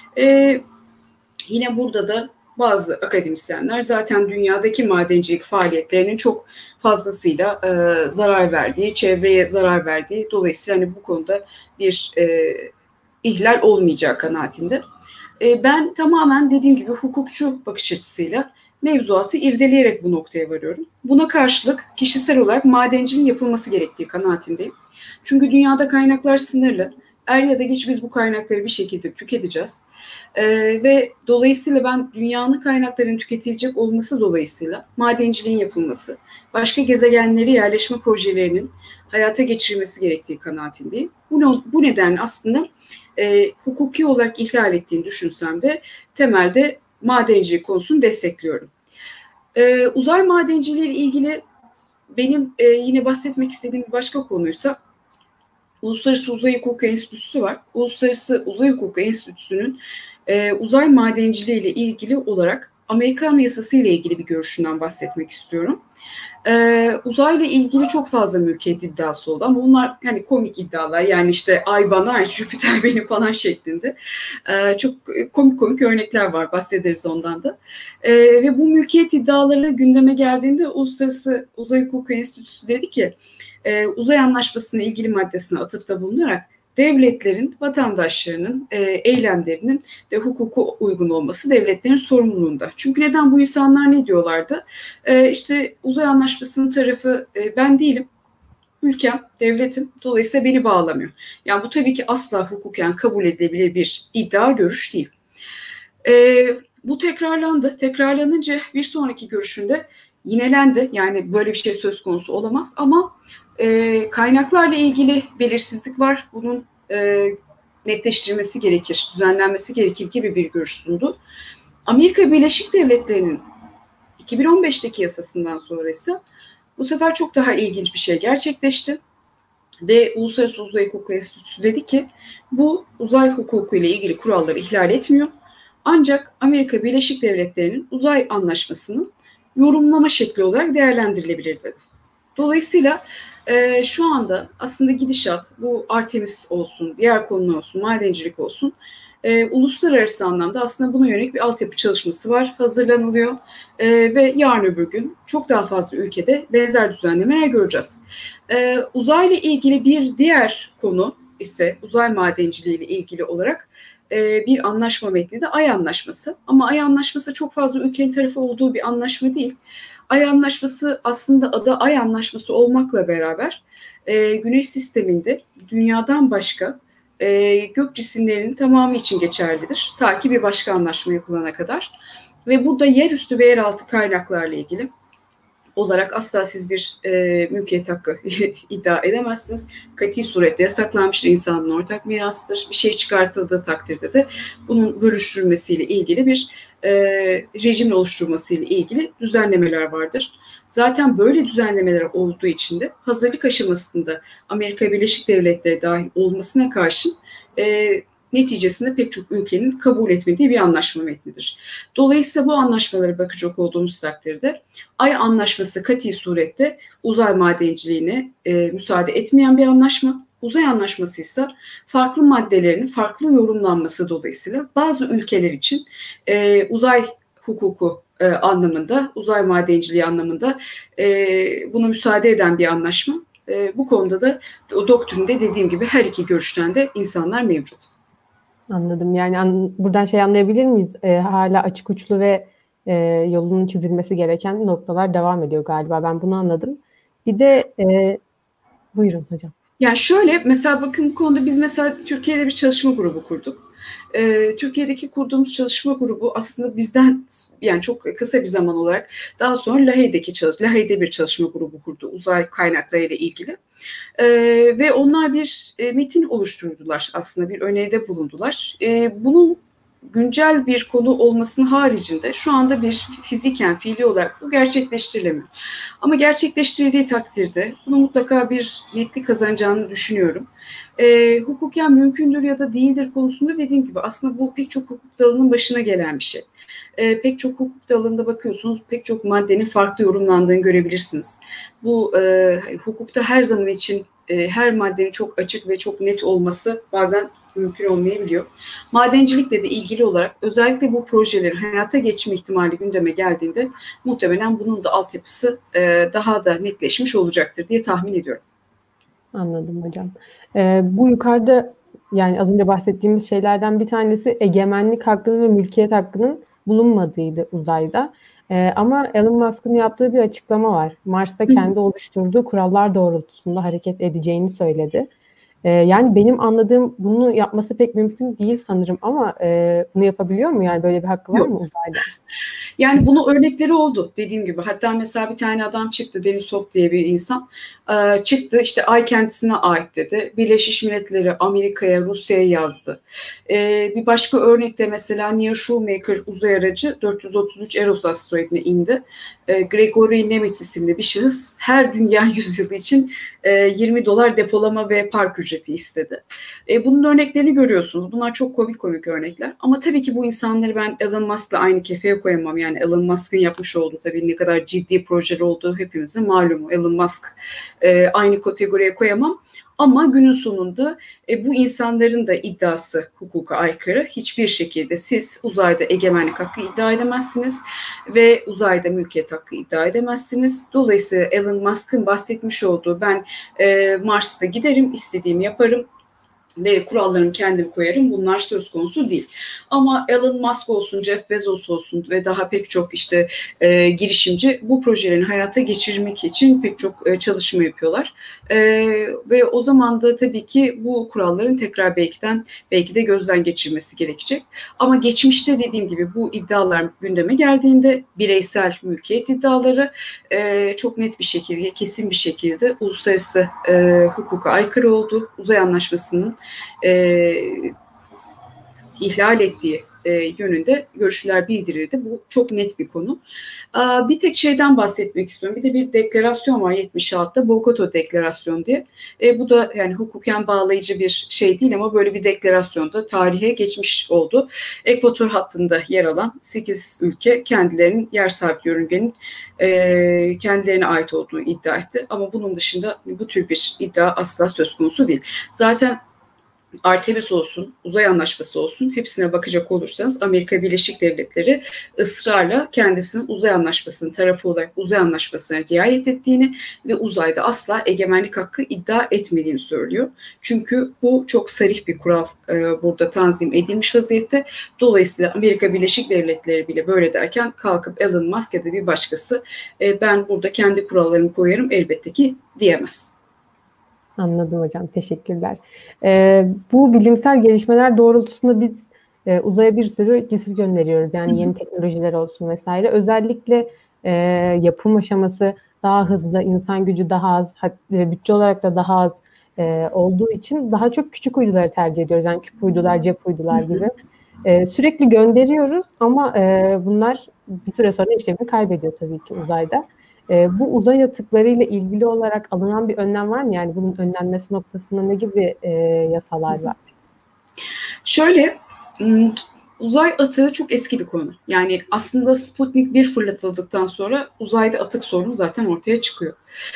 Yine burada da bazı akademisyenler zaten dünyadaki madencilik faaliyetlerinin çok fazlasıyla zarar verdiği, çevreye zarar verdiği, dolayısıyla hani bu konuda bir ihlal olmayacağı kanaatinde. Ben tamamen dediğim gibi hukukçu bakış açısıyla mevzuatı irdeleyerek bu noktaya varıyorum. Buna karşılık kişisel olarak madenciliğin yapılması gerektiği kanaatindeyim. Çünkü dünyada kaynaklar sınırlı. Er ya da geç biz bu kaynakları bir şekilde tüketeceğiz. Ve dolayısıyla ben dünyanın kaynaklarının tüketilecek olması dolayısıyla madenciliğin yapılması, başka gezegenlere yerleşme projelerinin hayata geçirilmesi gerektiği kanaatindeyim. Bu nedenle aslında hukuki olarak ihlal ettiğini düşünsem de temelde madencilik konusunu destekliyorum. Uzay madenciliği ile ilgili benim yine bahsetmek istediğim bir başka konuysa Uluslararası Uzay Hukuku Enstitüsü var. Uluslararası Uzay Hukuku Enstitüsü'nün uzay madenciliği ile ilgili olarak Amerikan yasası ile ilgili bir görüşünden bahsetmek istiyorum. Uzayla ilgili çok fazla mülkiyet iddiası oldu ama bunlar hani komik iddialar, yani işte Ay bana ait, Jüpiter benim falan şeklinde. Çok komik örnekler var, bahsederiz ondan da. Ve bu mülkiyet iddiaları gündeme geldiğinde Uluslararası Uzay Hukuku Enstitüsü dedi ki uzay anlaşmasının ilgili maddesine atıfta bulunarak devletlerin, vatandaşlarının eylemlerinin ve hukuku uygun olması devletlerin sorumluluğunda. Çünkü neden, bu insanlar ne diyorlardı? İşte uzay anlaşmasının tarafı ben değilim, ülkem, devletim, dolayısıyla beni bağlamıyor. Yani bu tabii ki asla hukuken kabul edilebilir bir iddia, görüş değil. Bu tekrarlandı. Tekrarlanınca bir sonraki görüşünde yinelendi. Yani böyle bir şey söz konusu olamaz ama kaynaklarla ilgili belirsizlik var. Bunun netleştirilmesi gerekir, düzenlenmesi gerekir gibi bir görüş sundu. Amerika Birleşik Devletleri'nin 2015'teki yasasından sonra ise bu sefer çok daha ilginç bir şey gerçekleşti. Ve Uluslararası Uzay Hukuku Enstitüsü dedi ki bu uzay hukuku ile ilgili kuralları ihlal etmiyor. Ancak Amerika Birleşik Devletleri'nin uzay anlaşmasının yorumlama şekli olarak değerlendirilebilir dedi. Dolayısıyla şu anda aslında gidişat, bu Artemis olsun, diğer konular olsun, madencilik olsun, uluslararası anlamda aslında buna yönelik bir altyapı çalışması var, hazırlanılıyor ve yarın öbür gün çok daha fazla ülkede benzer düzenlemeler göreceğiz. Uzayla ilgili bir diğer konu ise uzay madenciliği ile ilgili olarak bir anlaşma metni de Ay Anlaşması. Ama Ay Anlaşması çok fazla ülkenin tarafı olduğu bir anlaşma değil. Ay Anlaşması aslında adı Ay Anlaşması olmakla beraber Güneş sisteminde dünyadan başka gök cisimlerinin tamamı için geçerlidir. Ta ki bir başka anlaşma yapılana kadar. Ve burada yerüstü ve yeraltı kaynaklarla ilgili olarak asla siz bir mülkiyet hakkı iddia edemezsiniz. Kati surette yasaklanmıştır, insanın ortak mirasıdır. Bir şey çıkartıldığı takdirde de bunun bölüştürülmesiyle ilgili bir rejim oluşturmasıyla ilgili düzenlemeler vardır. Zaten böyle düzenlemeler olduğu için de hazırlık aşamasında Amerika Birleşik Devletleri dahil olmasına karşın neticesinde pek çok ülkenin kabul etmediği bir anlaşma metnidir. Dolayısıyla bu anlaşmalara bakacak olduğumuz takdirde Ay Anlaşması kati surette uzay madenciliğine müsaade etmeyen bir anlaşma. Uzay Anlaşması ise farklı maddelerin farklı yorumlanması dolayısıyla bazı ülkeler için uzay hukuku anlamında, uzay madenciliği anlamında buna müsaade eden bir anlaşma. Bu konuda da o doktrinde dediğim gibi her iki görüşten de insanlar mevcut. Anladım. Yani buradan şey anlayabilir miyiz? Hala açık uçlu ve yolunun çizilmesi gereken noktalar devam ediyor galiba. Ben bunu anladım. Bir de buyurun hocam. Yani şöyle, mesela bakın bu konuda biz mesela Türkiye'de bir çalışma grubu kurduk. Türkiye'deki kurduğumuz çalışma grubu aslında bizden yani çok kısa bir zaman olarak daha sonra Lahey'de bir çalışma grubu kurdu uzay kaynakları ile ilgili. Ve onlar bir metin oluşturdular, aslında bir öneride bulundular. Bunun güncel bir konu olmasının haricinde şu anda bir fiziken, fiili olarak bu gerçekleştirilemiyor. Ama gerçekleştirildiği takdirde bunu mutlaka bir netlik kazanacağını düşünüyorum. Hukuken mümkündür ya da değildir konusunda dediğim gibi aslında bu pek çok hukuk dalının başına gelen bir şey. Pek çok hukuk dalında bakıyorsunuz, pek çok maddenin farklı yorumlandığını görebilirsiniz. Bu hukukta her zaman için her maddenin çok açık ve çok net olması bazen mümkün olmayabiliyor. Madencilikle de ilgili olarak özellikle bu projelerin hayata geçme ihtimali gündeme geldiğinde muhtemelen bunun da altyapısı daha da netleşmiş olacaktır diye tahmin ediyorum. Anladım hocam. Bu yukarıda yani az önce bahsettiğimiz şeylerden bir tanesi egemenlik hakkının ve mülkiyet hakkının bulunmadığıydı uzayda. Ama Elon Musk'ın yaptığı bir açıklama var. Mars'ta kendi oluşturduğu kurallar doğrultusunda hareket edeceğini söyledi. Yani benim anladığım bunu yapması pek mümkün değil sanırım ama bunu yapabiliyor mu? Yani böyle bir hakkı var mı uzayda? Yani bunun örnekleri oldu dediğim gibi. Hatta mesela bir tane adam çıktı, Deniz Hop diye bir insan çıktı, işte Ay kendisine ait dedi. Birleşmiş Milletleri Amerika'ya, Rusya'ya yazdı. Bir başka örnekte mesela Near Shoemaker uzay aracı 433 Eros asteroidine indi. Gregory Nemitz isimli bir şahıs her dünya yüzyılı için $20 depolama ve park ücreti ücreti istedi. Bunun örneklerini görüyorsunuz. Bunlar çok komik örnekler. Ama tabii ki bu insanları ben Elon Musk'la aynı kefeye koyamam. Yani Elon Musk'ın yapmış olduğu, tabii ne kadar ciddi projeler olduğu hepimizin malumu. Elon Musk aynı kategoriye koyamam. Ama günün sonunda bu insanların da iddiası hukuka aykırı. Hiçbir şekilde siz uzayda egemenlik hakkı iddia edemezsiniz ve uzayda mülkiyet hakkı iddia edemezsiniz. Dolayısıyla Elon Musk'ın bahsetmiş olduğu ben Mars'ta giderim, istediğimi yaparım ve kurallarını kendim koyarım. Bunlar söz konusu değil. Ama Elon Musk olsun, Jeff Bezos olsun ve daha pek çok işte girişimci bu projelerini hayata geçirmek için pek çok çalışma yapıyorlar. Ve o zaman da tabii ki bu kuralların tekrar belki de gözden geçirmesi gerekecek. Ama geçmişte dediğim gibi bu iddialar gündeme geldiğinde bireysel mülkiyet iddiaları çok net bir şekilde, kesin bir şekilde uluslararası hukuka aykırı oldu. Uzay Anlaşması'nın ihlal ettiği yönünde görüşler bildirildi. Bu çok net bir konu. Bir tek şeyden bahsetmek istiyorum. Bir de bir deklarasyon var 76'da, Bogota Deklarasyonu diye. Bu da yani hukuken bağlayıcı bir şey değil ama böyle bir deklarasyonda tarihe geçmiş oldu. Ekvator hattında yer alan 8 ülke kendilerinin yer sahibi yörüngenin kendilerine ait olduğunu iddia etti. Ama bunun dışında bu tür bir iddia asla söz konusu değil. Zaten Artemis olsun, uzay anlaşması olsun, hepsine bakacak olursanız Amerika Birleşik Devletleri ısrarla kendisinin uzay anlaşmasının tarafı olarak uzay anlaşmasına riayet ettiğini ve uzayda asla egemenlik hakkı iddia etmediğini söylüyor. Çünkü bu çok sarih bir kural burada tanzim edilmiş vaziyette. Dolayısıyla Amerika Birleşik Devletleri bile böyle derken kalkıp Elon Musk ya da bir başkası ben burada kendi kurallarımı koyarım elbette ki diyemez. Anladım hocam, teşekkürler. Bu bilimsel gelişmeler doğrultusunda biz uzaya bir sürü cisim gönderiyoruz. Yani yeni teknolojiler olsun vesaire. Özellikle yapım aşaması daha hızlı, insan gücü daha az, bütçe olarak da daha az olduğu için daha çok küçük uyduları tercih ediyoruz. Yani küp uydular, cep uydular gibi. Sürekli gönderiyoruz ama bunlar bir süre sonra işlevini kaybediyor tabii ki uzayda. Bu uzay atıklarıyla ilgili olarak alınan bir önlem var mı? Yani bunun önlenmesi noktasında ne gibi yasalar var? Şöyle, uzay atığı çok eski bir konu. Yani aslında Sputnik 1 fırlatıldıktan sonra uzayda atık sorunu zaten ortaya çıkıyor.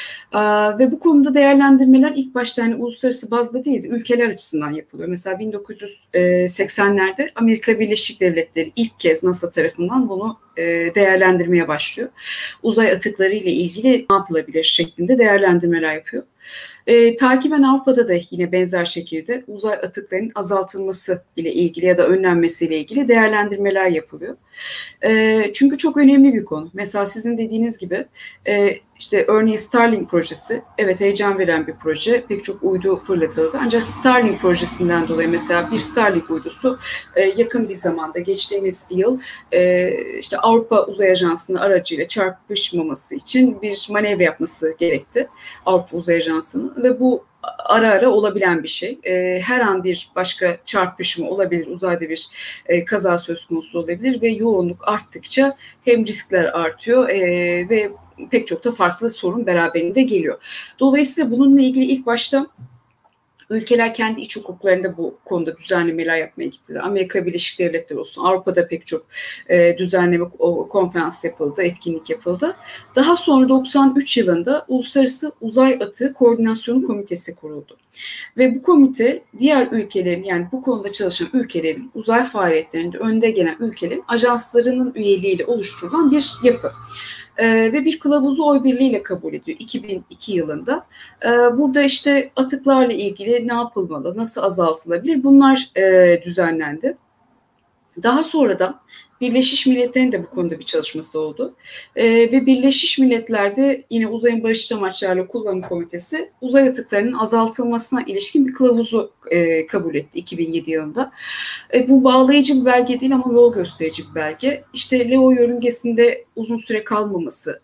Ve bu konuda değerlendirmeler ilk başta hani uluslararası bazda değil de ülkeler açısından yapılıyor. Mesela 1980'lerde Amerika Birleşik Devletleri ilk kez NASA tarafından bunu değerlendirmeye başlıyor. Uzay atıkları ile ilgili ne yapılabilir şeklinde değerlendirmeler yapıyor. Takiben Avrupa'da da yine benzer şekilde uzay atıklarının azaltılması ile ilgili ya da önlenmesi ile ilgili değerlendirmeler yapılıyor. Çünkü çok önemli bir konu. Mesela sizin dediğiniz gibi işte örneğin Starlink projesi, evet heyecan veren bir proje. Pek çok uydu fırlatıldı. Ancak Starlink projesinden dolayı mesela bir Starlink uydusu yakın bir zamanda geçtiğimiz yıl işte Avrupa Uzay Ajansı'nın aracıyla çarpışmaması için bir manevra yapması gerekti. Avrupa Uzay Ajansı'nın ve bu ara ara olabilen bir şey. Her an bir başka çarpışma olabilir, uzayda bir kaza söz konusu olabilir ve yoğunluk arttıkça hem riskler artıyor ve pek çok da farklı sorun beraberinde geliyor. Dolayısıyla bununla ilgili ilk başta ülkeler kendi iç hukuklarında bu konuda düzenlemeler yapmaya gittiler. Amerika Birleşik Devletleri olsun, Avrupa'da pek çok düzenleme konferans yapıldı, etkinlik yapıldı. Daha sonra 93 yılında Uluslararası Uzay Atığı Koordinasyonu Komitesi kuruldu. Ve bu komite diğer ülkelerin, yani bu konuda çalışan ülkelerin, uzay faaliyetlerinde önde gelen ülkelerin ajanslarının üyeliğiyle oluşturulan bir yapı. Ve bir kılavuzu oy birliğiyle kabul ediyor 2002 yılında. Burada işte atıklarla ilgili ne yapılmalı, nasıl azaltılabilir bunlar düzenlendi. Daha sonra da Birleşmiş Milletler'in de bu konuda bir çalışması oldu. Ve Birleşmiş Milletler'de yine Uzayın Barışçıl Amaçlarla Kullanım Komitesi uzay atıklarının azaltılmasına ilişkin bir kılavuzu kabul etti 2007 yılında. Bu bağlayıcı bir belge değil ama yol gösterici bir belge. İşte LEO yörüngesinde uzun süre kalmaması,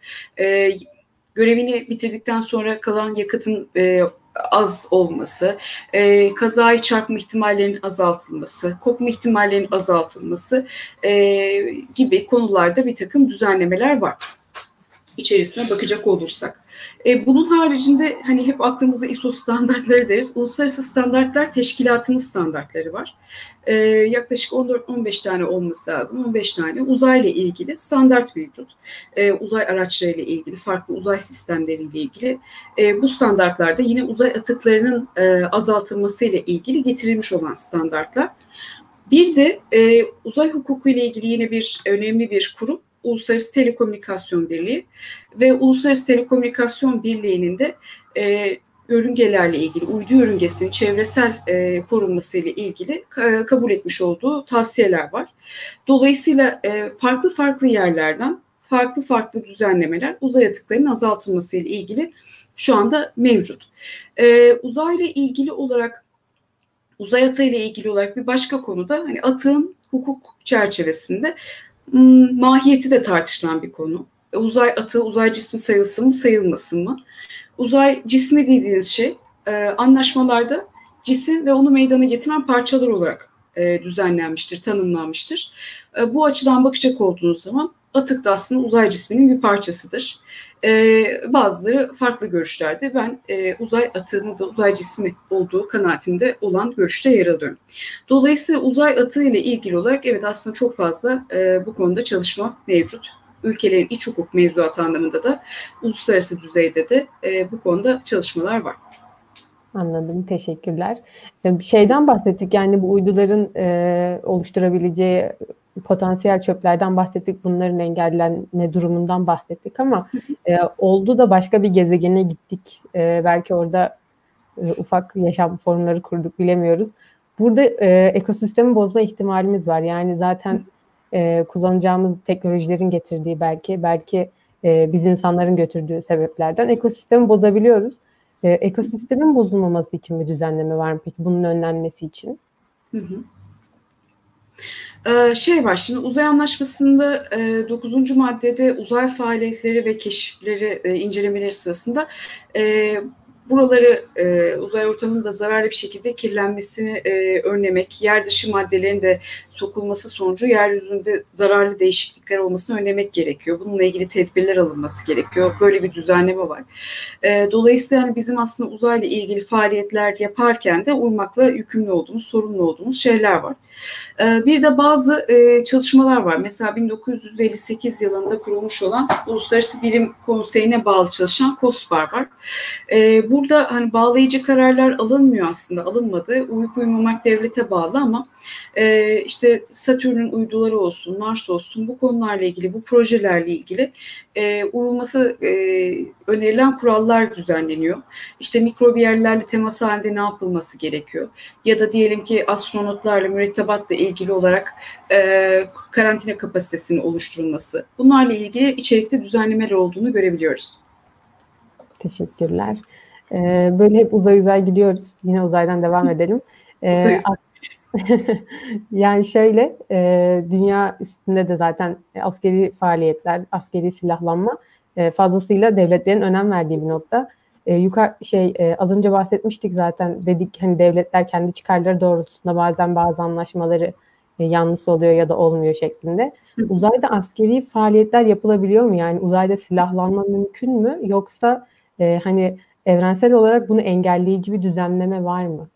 görevini bitirdikten sonra kalan yakıtın az olması, kazayı çarpma ihtimallerinin azaltılması, kopma ihtimallerinin azaltılması gibi konularda bir takım düzenlemeler var. İçerisine bakacak olursak. Bunun haricinde hani hep aklımıza ISO standartları deriz. Uluslararası Standartlar Teşkilatı'nın standartları var. Yaklaşık 14-15 tane olması lazım. 15 tane uzayla ilgili standart mevcut. Uzay araçlarıyla ilgili, farklı uzay sistemleriyle ilgili. Bu standartlarda yine uzay atıklarının azaltılması ile ilgili getirilmiş olan standartlar. Bir de uzay hukuku ile ilgili yine bir önemli bir kurum, Uluslararası Telekomünikasyon Birliği ve Uluslararası Telekomünikasyon Birliği'nin de yörüngelerle ilgili, uydu yörüngesinin çevresel korunması ile ilgili kabul etmiş olduğu tavsiyeler var. Dolayısıyla farklı farklı yerlerden farklı farklı düzenlemeler uzay atıklarının azaltılması ile ilgili şu anda mevcut. Uzayla ilgili olarak, uzay atığı ile ilgili olarak bir başka konuda hani atığın hukuk çerçevesinde mahiyeti de tartışılan bir konu. Uzay atığı uzay cismi sayılsın mı sayılmasın mı? Uzay cismi dediğiniz şey anlaşmalarda cisim ve onu meydana getiren parçalar olarak düzenlenmiştir, tanımlanmıştır. Bu açıdan bakacak olduğunuz zaman atık da aslında uzay cisminin bir parçasıdır. Bazıları farklı görüşlerde, ben uzay atığının da uzay cismi olduğu kanaatinde olan görüşte yer alıyorum. Dolayısıyla uzay atığı ile ilgili olarak evet aslında çok fazla bu konuda çalışma mevcut. Ülkelerin iç hukuk mevzuatı anlamında da uluslararası düzeyde de bu konuda çalışmalar var. Anladım, teşekkürler. Bir şeyden bahsettik, yani bu uyduların oluşturabileceği potansiyel çöplerden bahsettik, bunların engellenme durumundan bahsettik ama oldu da başka bir gezegene gittik. Belki orada ufak yaşam formları kurduk, bilemiyoruz. Burada ekosistemi bozma ihtimalimiz var. Yani zaten kullanacağımız teknolojilerin getirdiği belki biz insanların götürdüğü sebeplerden ekosistemi bozabiliyoruz. Ekosistemin bozulmaması için bir düzenleme var mı peki, bunun önlenmesi için? Şey var, şimdi uzay anlaşmasında 9. maddede uzay faaliyetleri ve keşifleri incelemeleri sırasında buraları uzay ortamının da zararlı bir şekilde kirlenmesini önlemek, yer dışı maddelerin de sokulması sonucu yeryüzünde zararlı değişiklikler olmasını önlemek gerekiyor. Bununla ilgili tedbirler alınması gerekiyor. Böyle bir düzenleme var. Dolayısıyla yani bizim aslında uzayla ilgili faaliyetler yaparken de uymakla yükümlü olduğumuz, sorumlu olduğumuz şeyler var. Bir de bazı çalışmalar var. Mesela 1958 yılında kurulmuş olan Uluslararası Bilim Konseyi'ne bağlı çalışan COSPAR var. Burada hani bağlayıcı kararlar alınmıyor aslında, alınmadı. Uyup uyumamak devlete bağlı ama işte Satürn'ün uyduları olsun, Mars olsun, bu konularla ilgili, bu projelerle ilgili uyulması önerilen kurallar düzenleniyor. İşte mikrobiyerlerle temas halinde ne yapılması gerekiyor? Ya da diyelim ki astronotlarla, mürettebatla ilgili olarak karantina kapasitesinin oluşturulması. Bunlarla ilgili içerikte düzenlemeler olduğunu görebiliyoruz. Teşekkürler. Böyle hep uzay gidiyoruz. Yine uzaydan devam edelim. Yani şöyle, dünya üstünde de zaten askeri faaliyetler, askeri silahlanma fazlasıyla devletlerin önem verdiği bir nokta. Az önce bahsetmiştik zaten, dedik hani devletler kendi çıkarları doğrultusunda bazen bazı anlaşmaları yanlış oluyor ya da olmuyor şeklinde. Uzayda askeri faaliyetler yapılabiliyor mu? Yani uzayda silahlanma mümkün mü? Yoksa hani evrensel olarak bunu engelleyici bir düzenleme var mı?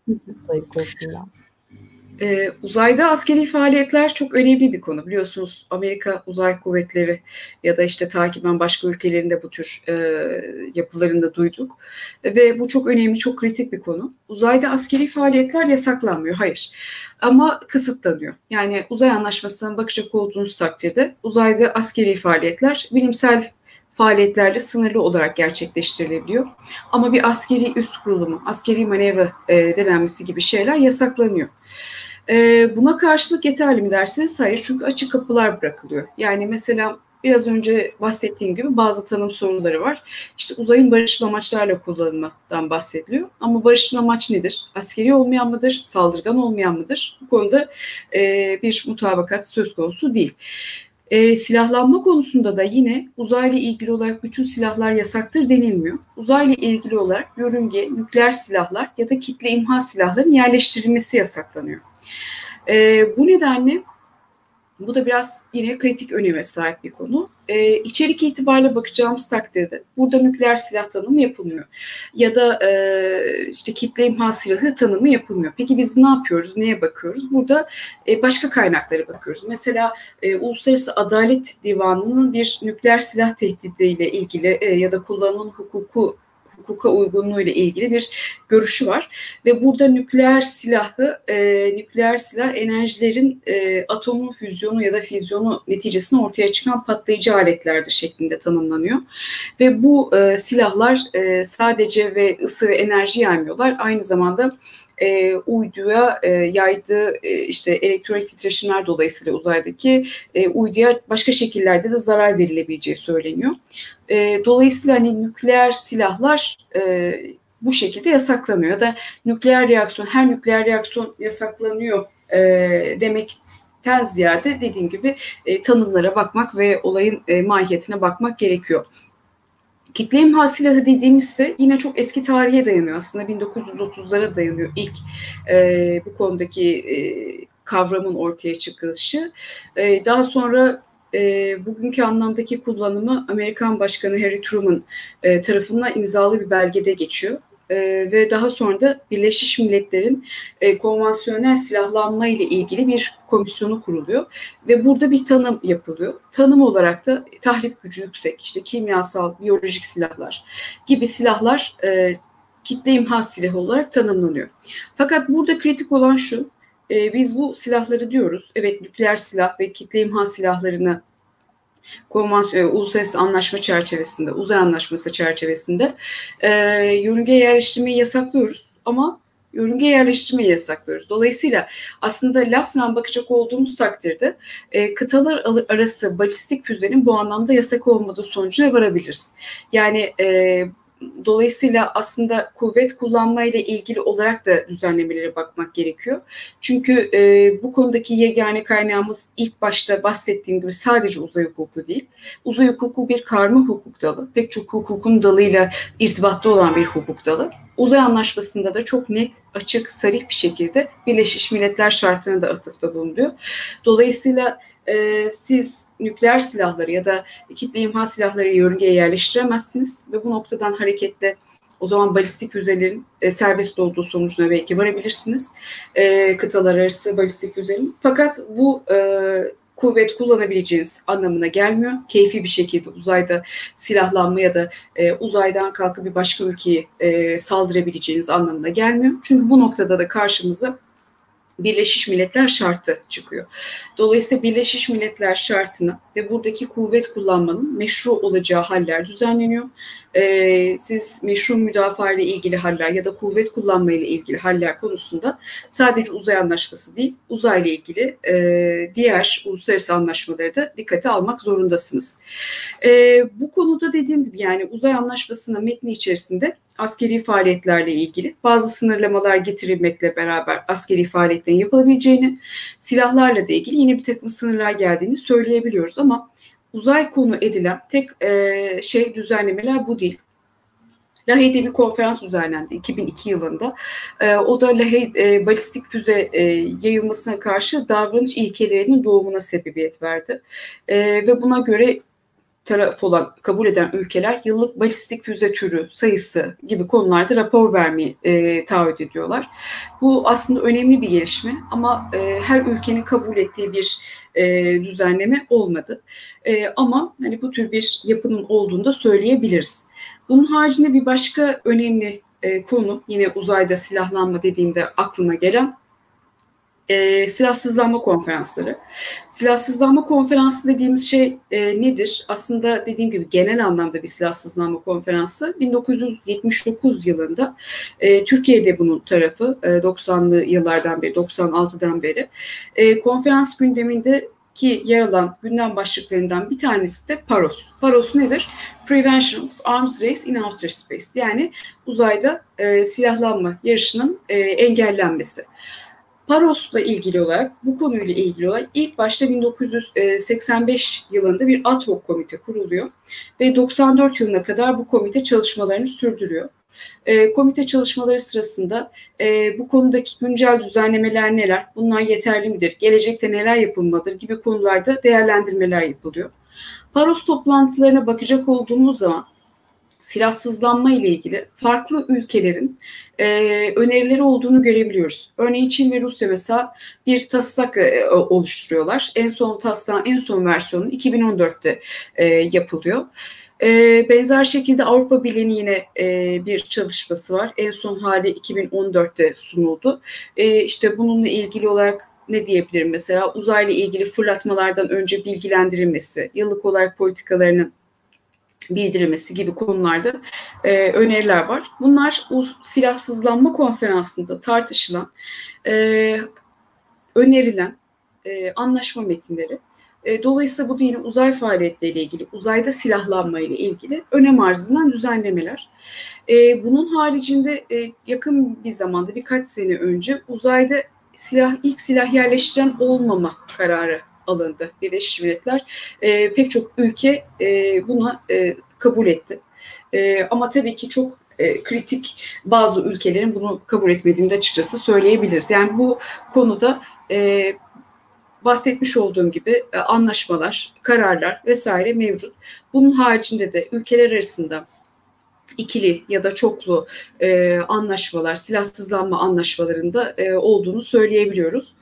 Uzayda askeri faaliyetler çok önemli bir konu. Biliyorsunuz Amerika Uzay Kuvvetleri ya da işte takiben başka ülkelerin de bu tür yapılarında duyduk. Ve bu çok önemli, çok kritik bir konu. Uzayda askeri faaliyetler yasaklanmıyor, hayır. Ama kısıtlanıyor. Yani uzay anlaşmasına bakacak olduğunuz takdirde uzayda askeri faaliyetler bilimsel faaliyetlerle sınırlı olarak gerçekleştirilebiliyor. Ama bir askeri üst kurulumu, askeri manevra denenmesi gibi şeyler yasaklanıyor. Buna karşılık yeterli mi derseniz hayır, çünkü açık kapılar bırakılıyor. Yani mesela biraz önce bahsettiğim gibi bazı tanım soruları var. İşte uzayın barışçıl amaçlarla kullanımından bahsediliyor. Ama barışçıl amaç nedir? Askeri olmayan mıdır? Saldırgan olmayan mıdır? Bu konuda bir mutabakat söz konusu değil. Silahlanma konusunda da yine uzayla ilgili olarak bütün silahlar yasaktır denilmiyor. Uzayla ilgili olarak yörünge, nükleer silahlar ya da kitle imha silahların yerleştirilmesi yasaklanıyor. Bu nedenle Bu da biraz yine kritik öneme sahip bir konu. İçerik itibariyle bakacağımız takdirde burada nükleer silah tanımı yapılmıyor. Ya da işte kitle imha silahı tanımı yapılmıyor. Peki biz ne yapıyoruz, neye bakıyoruz? Burada başka kaynaklara bakıyoruz. Mesela Uluslararası Adalet Divanı'nın bir nükleer silah tehdidiyle ilgili ya da kullanımın hukuka uygunluğu ile ilgili bir görüşü var ve burada nükleer silah enerjilerin atomun füzyonu ya da füzyonu neticesinde ortaya çıkan patlayıcı aletlerdir şeklinde tanımlanıyor ve bu silahlar sadece ve ısı ve enerji yaymıyorlar, aynı zamanda uyduya yaydığı işte elektronik titreşimler dolayısıyla uzaydaki uyduya başka şekillerde de zarar verilebileceği söyleniyor. Dolayısıyla hani nükleer silahlar bu şekilde yasaklanıyor ya da her nükleer reaksiyon yasaklanıyor demekten ziyade dediğim gibi tanımlara bakmak ve olayın mahiyetine bakmak gerekiyor. Kitle imha silahı dediğimizse yine çok eski tarihe dayanıyor. Aslında 1930'lara dayanıyor ilk bu konudaki kavramın ortaya çıkışı. Daha sonra bugünkü anlamdaki kullanımı Amerikan Başkanı Harry Truman tarafından imzalı bir belgede geçiyor. Ve daha sonra da Birleşmiş Milletler'in konvansiyonel silahlanma ile ilgili bir komisyonu kuruluyor ve burada bir tanım yapılıyor. Tanım olarak da tahrip gücü yüksek, işte kimyasal, biyolojik silahlar gibi silahlar kitle imha silahı olarak tanımlanıyor. Fakat burada kritik olan şu, biz bu silahları diyoruz, evet nükleer silah ve kitle imha silahlarını uluslararası anlaşma çerçevesinde, uzay anlaşması çerçevesinde yörünge yerleştirmeyi yasaklıyoruz ama yörünge yerleştirmeyi yasaklıyoruz. Dolayısıyla aslında lafzan bakacak olduğumuz takdirde kıtalar arası balistik füzenin bu anlamda yasak olmadığı sonucuna varabiliriz. Yani dolayısıyla aslında kuvvet kullanma ile ilgili olarak da düzenlemelere bakmak gerekiyor. Çünkü bu konudaki yegane kaynağımız ilk başta bahsettiğim gibi sadece uzay hukuku değil. Uzay hukuku bir karma hukuk dalı. Pek çok hukukun dalıyla irtibatta olan bir hukuk dalı. Uzay anlaşmasında da çok net, açık, sarih bir şekilde Birleşmiş Milletler şartına da atıfta bulunuyor. Dolayısıyla siz nükleer silahları ya da kitle imha silahları yörüngeye yerleştiremezsiniz ve bu noktadan hareketle o zaman balistik füzelerin serbest olduğu sonucuna belki varabilirsiniz. Kıtalar arası balistik füzelerin. Fakat bu kuvvet kullanabileceğiniz anlamına gelmiyor. Keyfi bir şekilde uzayda silahlanma ya da uzaydan kalkıp bir başka ülkeye saldırabileceğiniz anlamına gelmiyor. Çünkü bu noktada da karşımıza Birleşmiş Milletler şartı çıkıyor. Dolayısıyla Birleşmiş Milletler şartına ve buradaki kuvvet kullanmanın meşru olacağı haller düzenleniyor. Siz meşru müdafaa ile ilgili haller ya da kuvvet kullanma ile ilgili haller konusunda sadece uzay anlaşması değil, uzayla ilgili diğer uluslararası anlaşmaları da dikkate almak zorundasınız. Bu konuda dediğim gibi yani uzay anlaşmasının metni içerisinde askeri faaliyetlerle ilgili bazı sınırlamalar getirilmekle beraber askeri faaliyetlerin yapılabileceğini, silahlarla da ilgili yine bir takım sınırlar geldiğini söyleyebiliyoruz ama uzay konu edilen tek düzenlemeler bu değil. Lahey'de bir konferans düzenlendi 2002 yılında. O da Lahey balistik füze yayılmasına karşı davranış ilkelerinin doğumuna sebebiyet verdi. Ve buna göre taraf olan kabul eden ülkeler yıllık balistik füze türü, sayısı gibi konularda rapor vermeyi taahhüt ediyorlar. Bu aslında önemli bir gelişme ama her ülkenin kabul ettiği bir düzenleme olmadı. Ama hani bu tür bir yapının olduğunu da söyleyebiliriz. Bunun haricinde bir başka önemli konu, yine uzayda silahlanma dediğimde aklıma gelen silahsızlanma konferansları. Silahsızlanma konferansı dediğimiz şey nedir? Aslında dediğim gibi genel anlamda bir silahsızlanma konferansı. 1979 yılında Türkiye'de bunun tarafı 90'lı yıllardan beri, 96'dan beri konferans gündemindeki yer alan gündem başlıklarından bir tanesi de PAROS. PAROS nedir? Prevention of Arms Race in Outer Space. Yani uzayda silahlanma yarışının engellenmesi. PAROS'la ilgili olarak, bu konuyla ilgili olarak ilk başta 1985 yılında bir ad hoc komite kuruluyor ve 94 yılına kadar bu komite çalışmalarını sürdürüyor. Komite çalışmaları sırasında bu konudaki güncel düzenlemeler neler, bunlar yeterli midir, gelecekte neler yapılmalıdır gibi konularda değerlendirmeler yapılıyor. Paros toplantılarına bakacak olduğumuz zaman silahsızlanma ile ilgili farklı ülkelerin önerileri olduğunu görebiliyoruz. Örneğin Çin ve Rusya mesela bir taslak oluşturuyorlar. En son taslağın en son versiyonu 2014'te yapılıyor. Benzer şekilde Avrupa Birliği'nin yine bir çalışması var. En son hali 2014'te sunuldu. İşte bununla ilgili olarak ne diyebilirim mesela, uzayla ilgili fırlatmalardan önce bilgilendirilmesi, yıllık olarak politikalarının bildirilmesi gibi konularda öneriler var. Bunlar o silahsızlanma konferansında tartışılan, önerilen anlaşma metinleri. Dolayısıyla bu da yine uzay faaliyetleriyle ilgili, uzayda silahlanma ile ilgili önem arz edilen düzenlemeler. Bunun haricinde yakın bir zamanda, birkaç sene önce uzayda ilk silah yerleştiren olmama kararı alındı. Birleşmiş Milletler pek çok ülke buna kabul etti. Ama tabii ki çok kritik bazı ülkelerin bunu kabul etmediğini de açıkçası söyleyebiliriz. Yani bu konuda bahsetmiş olduğum gibi anlaşmalar, kararlar vesaire mevcut. Bunun haricinde de ülkeler arasında ikili ya da çoklu anlaşmalar, silahsızlanma anlaşmalarında olduğunu söyleyebiliyoruz.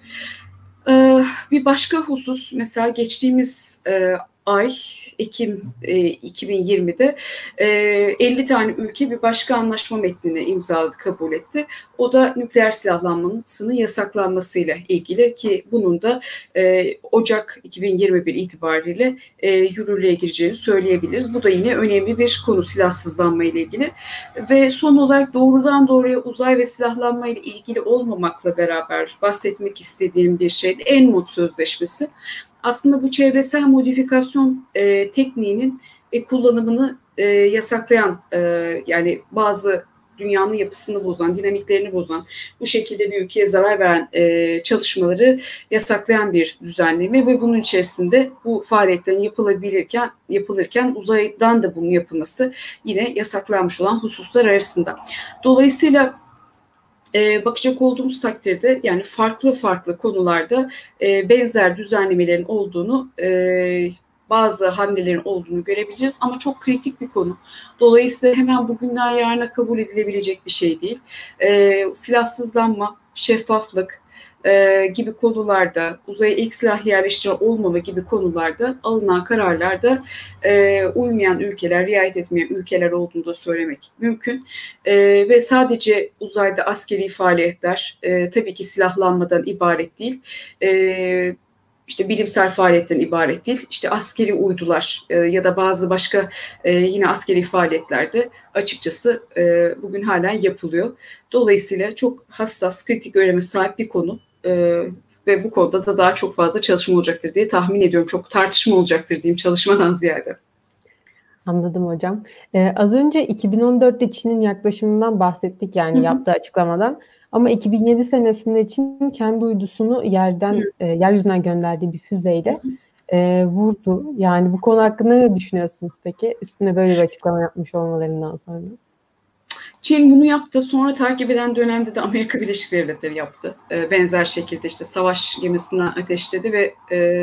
Bir başka husus, mesela geçtiğimiz ay Ekim 2020'de 50 tane ülke bir başka anlaşma metnini imzaladı, kabul etti. O da nükleer silahlanmasının yasaklanmasıyla ilgili, ki bunun da Ocak 2021 itibariyle yürürlüğe gireceğini söyleyebiliriz. Bu da yine önemli bir konu, silahsızlanma ile ilgili. Ve son olarak doğrudan doğruya uzay ve silahlanma ile ilgili olmamakla beraber bahsetmek istediğim bir şey de ENMOD Sözleşmesi. Aslında bu çevresel modifikasyon tekniğinin kullanımını yasaklayan, yani bazı dünyanın yapısını bozan, dinamiklerini bozan, bu şekilde bir ülkeye zarar veren çalışmaları yasaklayan bir düzenleme ve bunun içerisinde bu faaliyetlerin yapılırken uzaydan da bunun yapılması yine yasaklanmış olan hususlar arasında. Dolayısıyla bakacak olduğumuz takdirde yani farklı konularda benzer düzenlemelerin olduğunu, bazı hamlelerin olduğunu görebiliriz ama çok kritik bir konu. Dolayısıyla hemen bugünden yarına kabul edilebilecek bir şey değil. Silahsızlanma, şeffaflık gibi konularda, uzaya ilk silah yerleştirme olmama gibi konularda alınan kararlarda uymayan ülkeler, riayet etmeyen ülkeler olduğunu da söylemek mümkün. Ve sadece uzayda askeri faaliyetler tabii ki silahlanmadan ibaret değil. İşte bilimsel faaliyetten ibaret değil. İşte askeri uydular ya da bazı başka yine askeri faaliyetlerde açıkçası bugün halen yapılıyor. Dolayısıyla çok hassas, kritik öneme sahip bir konu. Ve bu konuda da daha çok fazla çalışma olacaktır diye tahmin ediyorum. Çok tartışma olacaktır diyeyim, çalışmadan ziyade. Anladım hocam. Az önce 2014'te Çin'in yaklaşımından bahsettik, yani yaptığı açıklamadan. Ama 2007 senesinde Çin kendi uydusunu yeryüzünden gönderdiği bir füzeyle vurdu. Yani bu konu hakkında ne düşünüyorsunuz peki? Üstüne böyle bir açıklama yapmış olmalarından sonra. Çin bunu yaptı. Sonra takip eden dönemde de Amerika Birleşik Devletleri yaptı. Benzer şekilde işte savaş gemisine ateşledi ve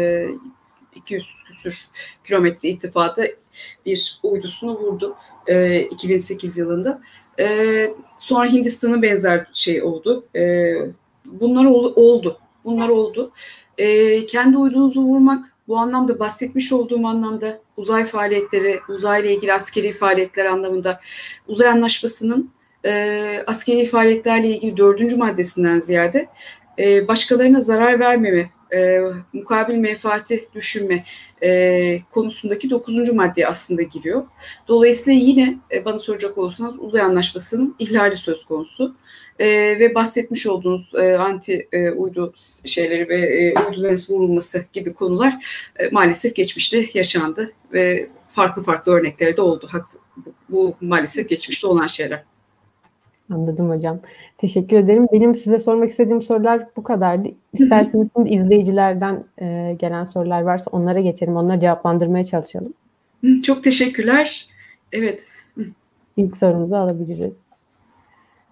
200 küsür kilometre irtifada bir uydusunu vurdu 2008 yılında. Sonra Hindistan'ın benzer şey oldu. Bunlar oldu. Kendi uydunuzu vurmak, bu anlamda bahsetmiş olduğum anlamda uzay faaliyetleri, uzayla ilgili askeri faaliyetler anlamında uzay anlaşmasının askeri faaliyetlerle ilgili 4. maddesinden ziyade başkalarına zarar vermeme, mukabil menfaati düşünme konusundaki 9. maddeye aslında giriyor. Dolayısıyla yine bana soracak olursanız uzay anlaşmasının ihlali söz konusu. Ve bahsetmiş olduğunuz anti uydu şeyleri ve uyduların vurulması gibi konular maalesef geçmişte yaşandı ve farklı örnekleri de oldu. Bu maalesef geçmişte olan şeyler. Anladım hocam. Teşekkür ederim. Benim size sormak istediğim sorular bu kadardı. İsterseniz şimdi izleyicilerden gelen sorular varsa onlara geçelim. Onları cevaplandırmaya çalışalım. Çok teşekkürler. Evet. İlk sorumuzu alabiliriz.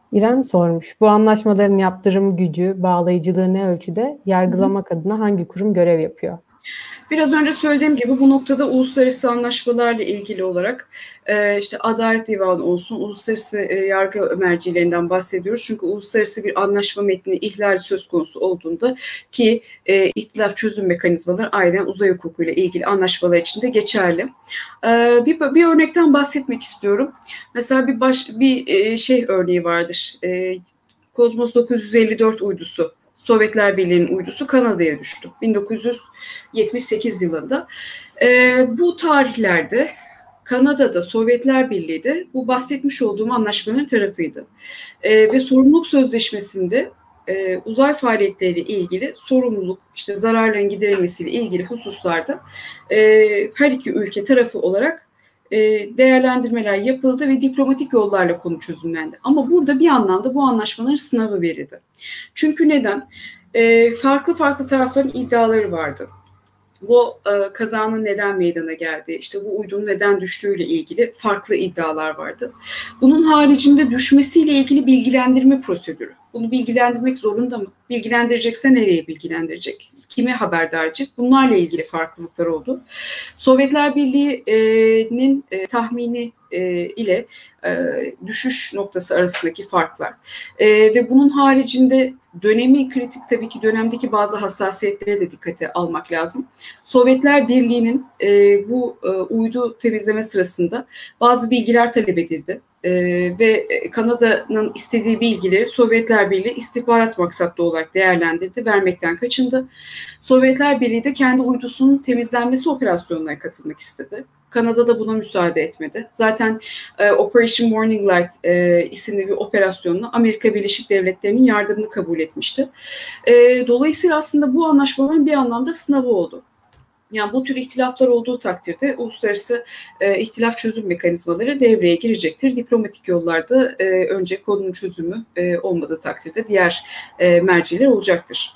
İrem sormuş. Bu anlaşmaların yaptırım gücü, bağlayıcılığı ne ölçüde, yargılamak adına hangi kurum görev yapıyor? Biraz önce söylediğim gibi bu noktada uluslararası anlaşmalarla ilgili olarak işte Adalet Divanı olsun, uluslararası yargı mercilerinden bahsediyoruz. Çünkü uluslararası bir anlaşma metni ihlali söz konusu olduğunda ki ihtilaf çözüm mekanizmaları aynen uzay hukukuyla ilgili anlaşmalar için de geçerli. Bir örnekten bahsetmek istiyorum. Mesela bir şey örneği vardır. Kozmos 954 uydusu. Sovyetler Birliği'nin uydusu Kanada'ya düştü. 1978 yılında. Bu tarihlerde Kanada'da Sovyetler Birliği de bu bahsetmiş olduğum anlaşmanın tarafıydı. Ve sorumluluk sözleşmesinde uzay faaliyetleriyle ilgili sorumluluk, işte zararların giderilmesiyle ilgili hususlarda her iki ülke tarafı olarak değerlendirmeler yapıldı ve diplomatik yollarla konu çözümlendi. Ama burada bir anlamda bu anlaşmaların sınavı verildi. Çünkü neden? Farklı farklı tarafların iddiaları vardı. Bu kazanın neden meydana geldiği, işte bu uydunun neden düştüğüyle ilgili farklı iddialar vardı. Bunun haricinde düşmesiyle ilgili bilgilendirme prosedürü. Bunu bilgilendirmek zorunda mı? Bilgilendirecekse nereye bilgilendirecek? Kime haberdar edecek? Bunlarla ilgili farklılıklar oldu. Sovyetler Birliği'nin tahmini ile düşüş noktası arasındaki farklar. Ve bunun haricinde dönemi kritik, tabii ki dönemdeki bazı hassasiyetlere de dikkate almak lazım. Sovyetler Birliği'nin bu uydu temizleme sırasında bazı bilgiler talep edildi. Ve Kanada'nın istediği bilgileri Sovyetler Birliği istihbarat maksatlı olarak değerlendirdi, vermekten kaçındı. Sovyetler Birliği de kendi uydusunun temizlenmesi operasyonuna katılmak istedi. Kanada da buna müsaade etmedi. Zaten Operation Morning Light isimli bir operasyonla Amerika Birleşik Devletleri'nin yardımını kabul etmişti. Dolayısıyla aslında bu anlaşmaların bir anlamda sınavı oldu. Yani bu tür ihtilaflar olduğu takdirde uluslararası ihtilaf çözüm mekanizmaları devreye girecektir. Diplomatik yollarda önce konunun çözümü olmadığı takdirde diğer merciler olacaktır.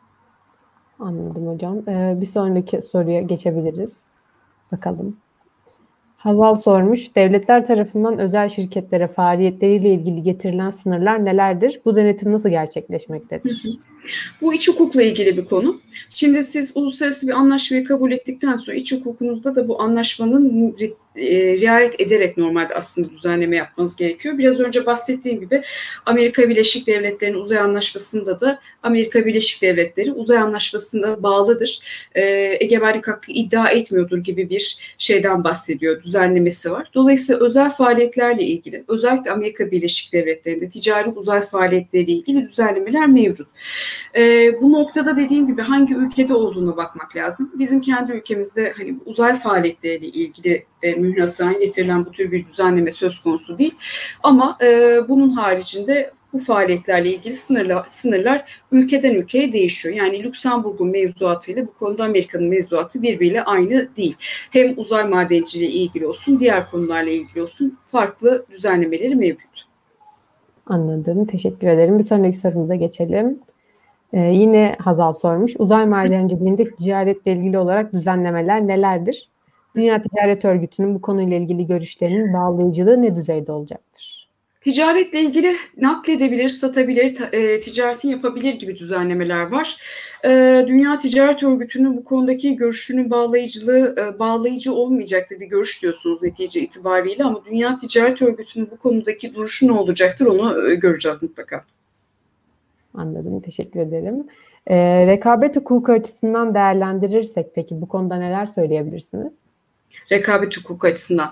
Anladım hocam. Bir sonraki soruya geçebiliriz. Bakalım. Hazal sormuş. Devletler tarafından özel şirketlere faaliyetleriyle ilgili getirilen sınırlar nelerdir? Bu denetim nasıl gerçekleşmektedir? Bu iç hukukla ilgili bir konu. Şimdi siz uluslararası bir anlaşmayı kabul ettikten sonra iç hukukunuzda da bu anlaşmanın riayet ederek normalde aslında düzenleme yapmanız gerekiyor. Biraz önce bahsettiğim gibi Amerika Birleşik Devletleri'nin uzay anlaşmasında da Amerika Birleşik Devletleri uzay anlaşmasına bağlıdır. Egemenlik hakkı iddia etmiyordur gibi bir şeyden bahsediyor. Düzenlemesi var. Dolayısıyla özel faaliyetlerle ilgili özellikle Amerika Birleşik Devletleri'nde ticari uzay faaliyetleriyle ilgili düzenlemeler mevcut. Bu noktada dediğim gibi hangi ülkede olduğuna bakmak lazım. Bizim kendi ülkemizde hani uzay faaliyetleriyle ilgili mühnasaran getirilen bu tür bir düzenleme söz konusu değil. Ama bunun haricinde bu faaliyetlerle ilgili sınırlar ülkeden ülkeye değişiyor. Yani Lüksemburg'un mevzuatıyla bu konuda Amerika'nın mevzuatı birbiriyle aynı değil. Hem uzay madenciliği ilgili olsun, diğer konularla ilgili olsun farklı düzenlemeleri mevcut. Anladım. Teşekkür ederim. Bir sonraki sorumuza geçelim. Yine Hazal sormuş. Uzay madenciliğinde ticaretle ilgili olarak düzenlemeler nelerdir? Dünya Ticaret Örgütü'nün bu konuyla ilgili görüşlerinin bağlayıcılığı ne düzeyde olacaktır? Ticaretle ilgili nakledebilir, satabilir, ticaretini yapabilir gibi düzenlemeler var. Dünya Ticaret Örgütü'nün bu konudaki görüşünün bağlayıcı olmayacaktır bir görüş diyorsunuz netice itibariyle ama Dünya Ticaret Örgütü'nün bu konudaki duruşu ne olacaktır onu göreceğiz mutlaka. Anladım, teşekkür ederim. Rekabet hukuku açısından değerlendirirsek peki bu konuda neler söyleyebilirsiniz? Rekabet hukuku açısından.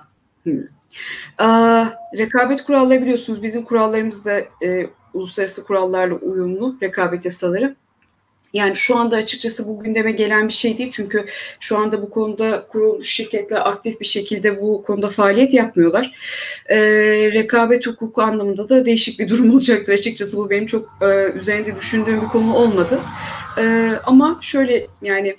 Rekabet kuralları biliyorsunuz bizim kurallarımız da uluslararası kurallarla uyumlu rekabet yasaları. Yani şu anda açıkçası bu gündeme gelen bir şey değil. Çünkü şu anda bu konuda kurulmuş şirketler aktif bir şekilde bu konuda faaliyet yapmıyorlar. Rekabet hukuku anlamında da değişik bir durum olacaktır. Açıkçası bu benim çok üzerinde düşündüğüm bir konu olmadı. Ama şöyle yani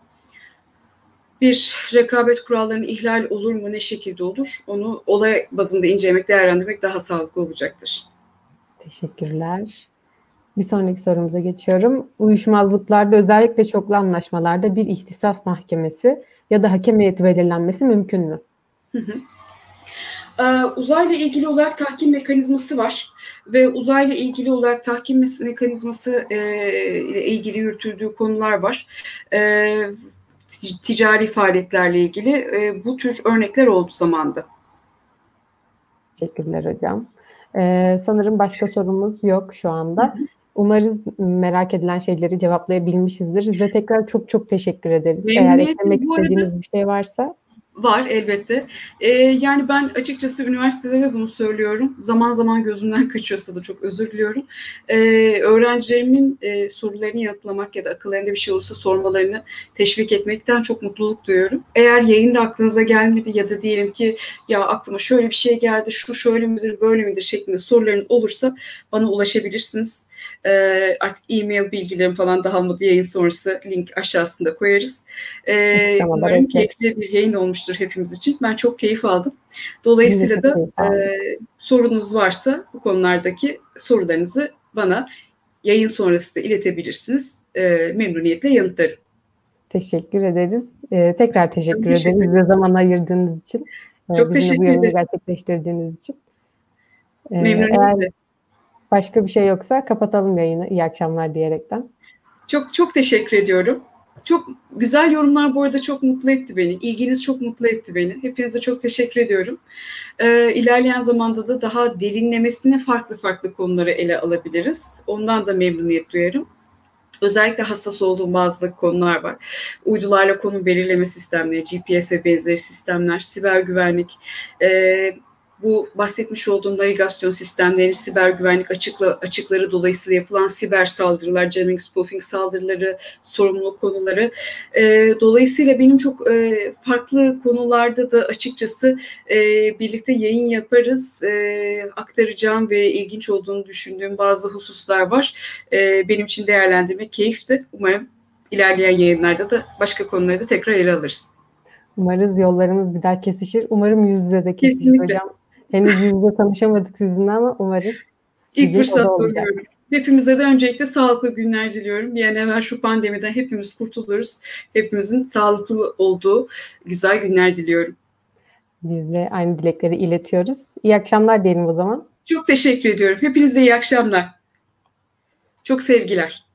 bir rekabet kurallarının ihlal olur mu, ne şekilde olur? Onu olay bazında incelemek, değerlendirmek daha sağlıklı olacaktır. Teşekkürler. Bir sonraki sorumuza geçiyorum. Uyuşmazlıklarda özellikle çoklu anlaşmalarda bir ihtisas mahkemesi ya da hakem heyeti belirlenmesi mümkün mü? Uzayla ilgili olarak tahkim mekanizması var ve uzayla ilgili olarak tahkim mekanizması ile ilgili yürütüldüğü konular var. Ticari faaliyetlerle ilgili bu tür örnekler oldu zamanda. Teşekkürler hocam. Sanırım başka sorumuz yok şu anda. Umarız merak edilen şeyleri cevaplayabilmişizdir. Size tekrar çok çok teşekkür ederiz. Eğer eklemek istediğiniz bir şey varsa. Var elbette. Yani ben açıkçası üniversitede de bunu söylüyorum. Zaman zaman gözümden kaçıyorsa da çok özür diliyorum. Öğrencilerimin sorularını yanıtlamak ya da akıllarında bir şey olursa sormalarını teşvik etmekten çok mutluluk duyuyorum. Eğer yayında aklınıza gelmedi ya da diyelim ki ya aklıma şöyle bir şey geldi, şu şöyle midir, böyle midir şeklinde soruların olursa bana ulaşabilirsiniz. Artık e-mail bilgilerim falan daha mı yayın sonrası link aşağısında koyarız. Umarım keyifli bir yayın olmuştur hepimiz için. Ben çok keyif aldım. Dolayısıyla da sorunuz varsa bu konulardaki sorularınızı bana yayın sonrası da iletebilirsiniz. Memnuniyetle yanıtlarım. Teşekkür ederiz. Tekrar teşekkür ederiz bize zaman ayırdığınız için. Çok teşekkür ederim. Bu yayını gerçekleştirdiğiniz için. Memnuniyetle. Eğer başka bir şey yoksa kapatalım yayını. İyi akşamlar diyerekten. Çok çok teşekkür ediyorum. Çok güzel yorumlar bu arada çok mutlu etti beni. İlginiz çok mutlu etti beni. Hepinize çok teşekkür ediyorum. İlerleyen zamanda da daha derinlemesine farklı konuları ele alabiliriz. Ondan da memnuniyet duyarım. Özellikle hassas olduğum bazı konular var. Uydularla konum belirleme sistemleri, GPS ve benzeri sistemler, siber güvenlik, bu bahsetmiş olduğum navigasyon sistemleri, siber güvenlik açıkları dolayısıyla yapılan siber saldırılar, jamming, spoofing saldırıları, sorumluluk konuları. Dolayısıyla benim çok farklı konularda da açıkçası birlikte yayın yaparız. Aktaracağım ve ilginç olduğunu düşündüğüm bazı hususlar var. Benim için değerlendirmek keyifti. Umarım ilerleyen yayınlarda da başka konuları da tekrar ele alırız. Umarız yollarımız bir daha kesişir. Umarım yüz yüze de kesişir. Kesinlikle. Hocam. Henüz yüz yüze tanışamadık sizinle ama umarız. İlk fırsatta oluyorum. Hepimize de öncelikle sağlıklı günler diliyorum. Bir an evvel şu pandemiden hepimiz kurtuluruz. Hepimizin sağlıklı olduğu güzel günler diliyorum. Biz de aynı dilekleri iletiyoruz. İyi akşamlar diyelim o zaman. Çok teşekkür ediyorum. Hepinize iyi akşamlar. Çok sevgiler.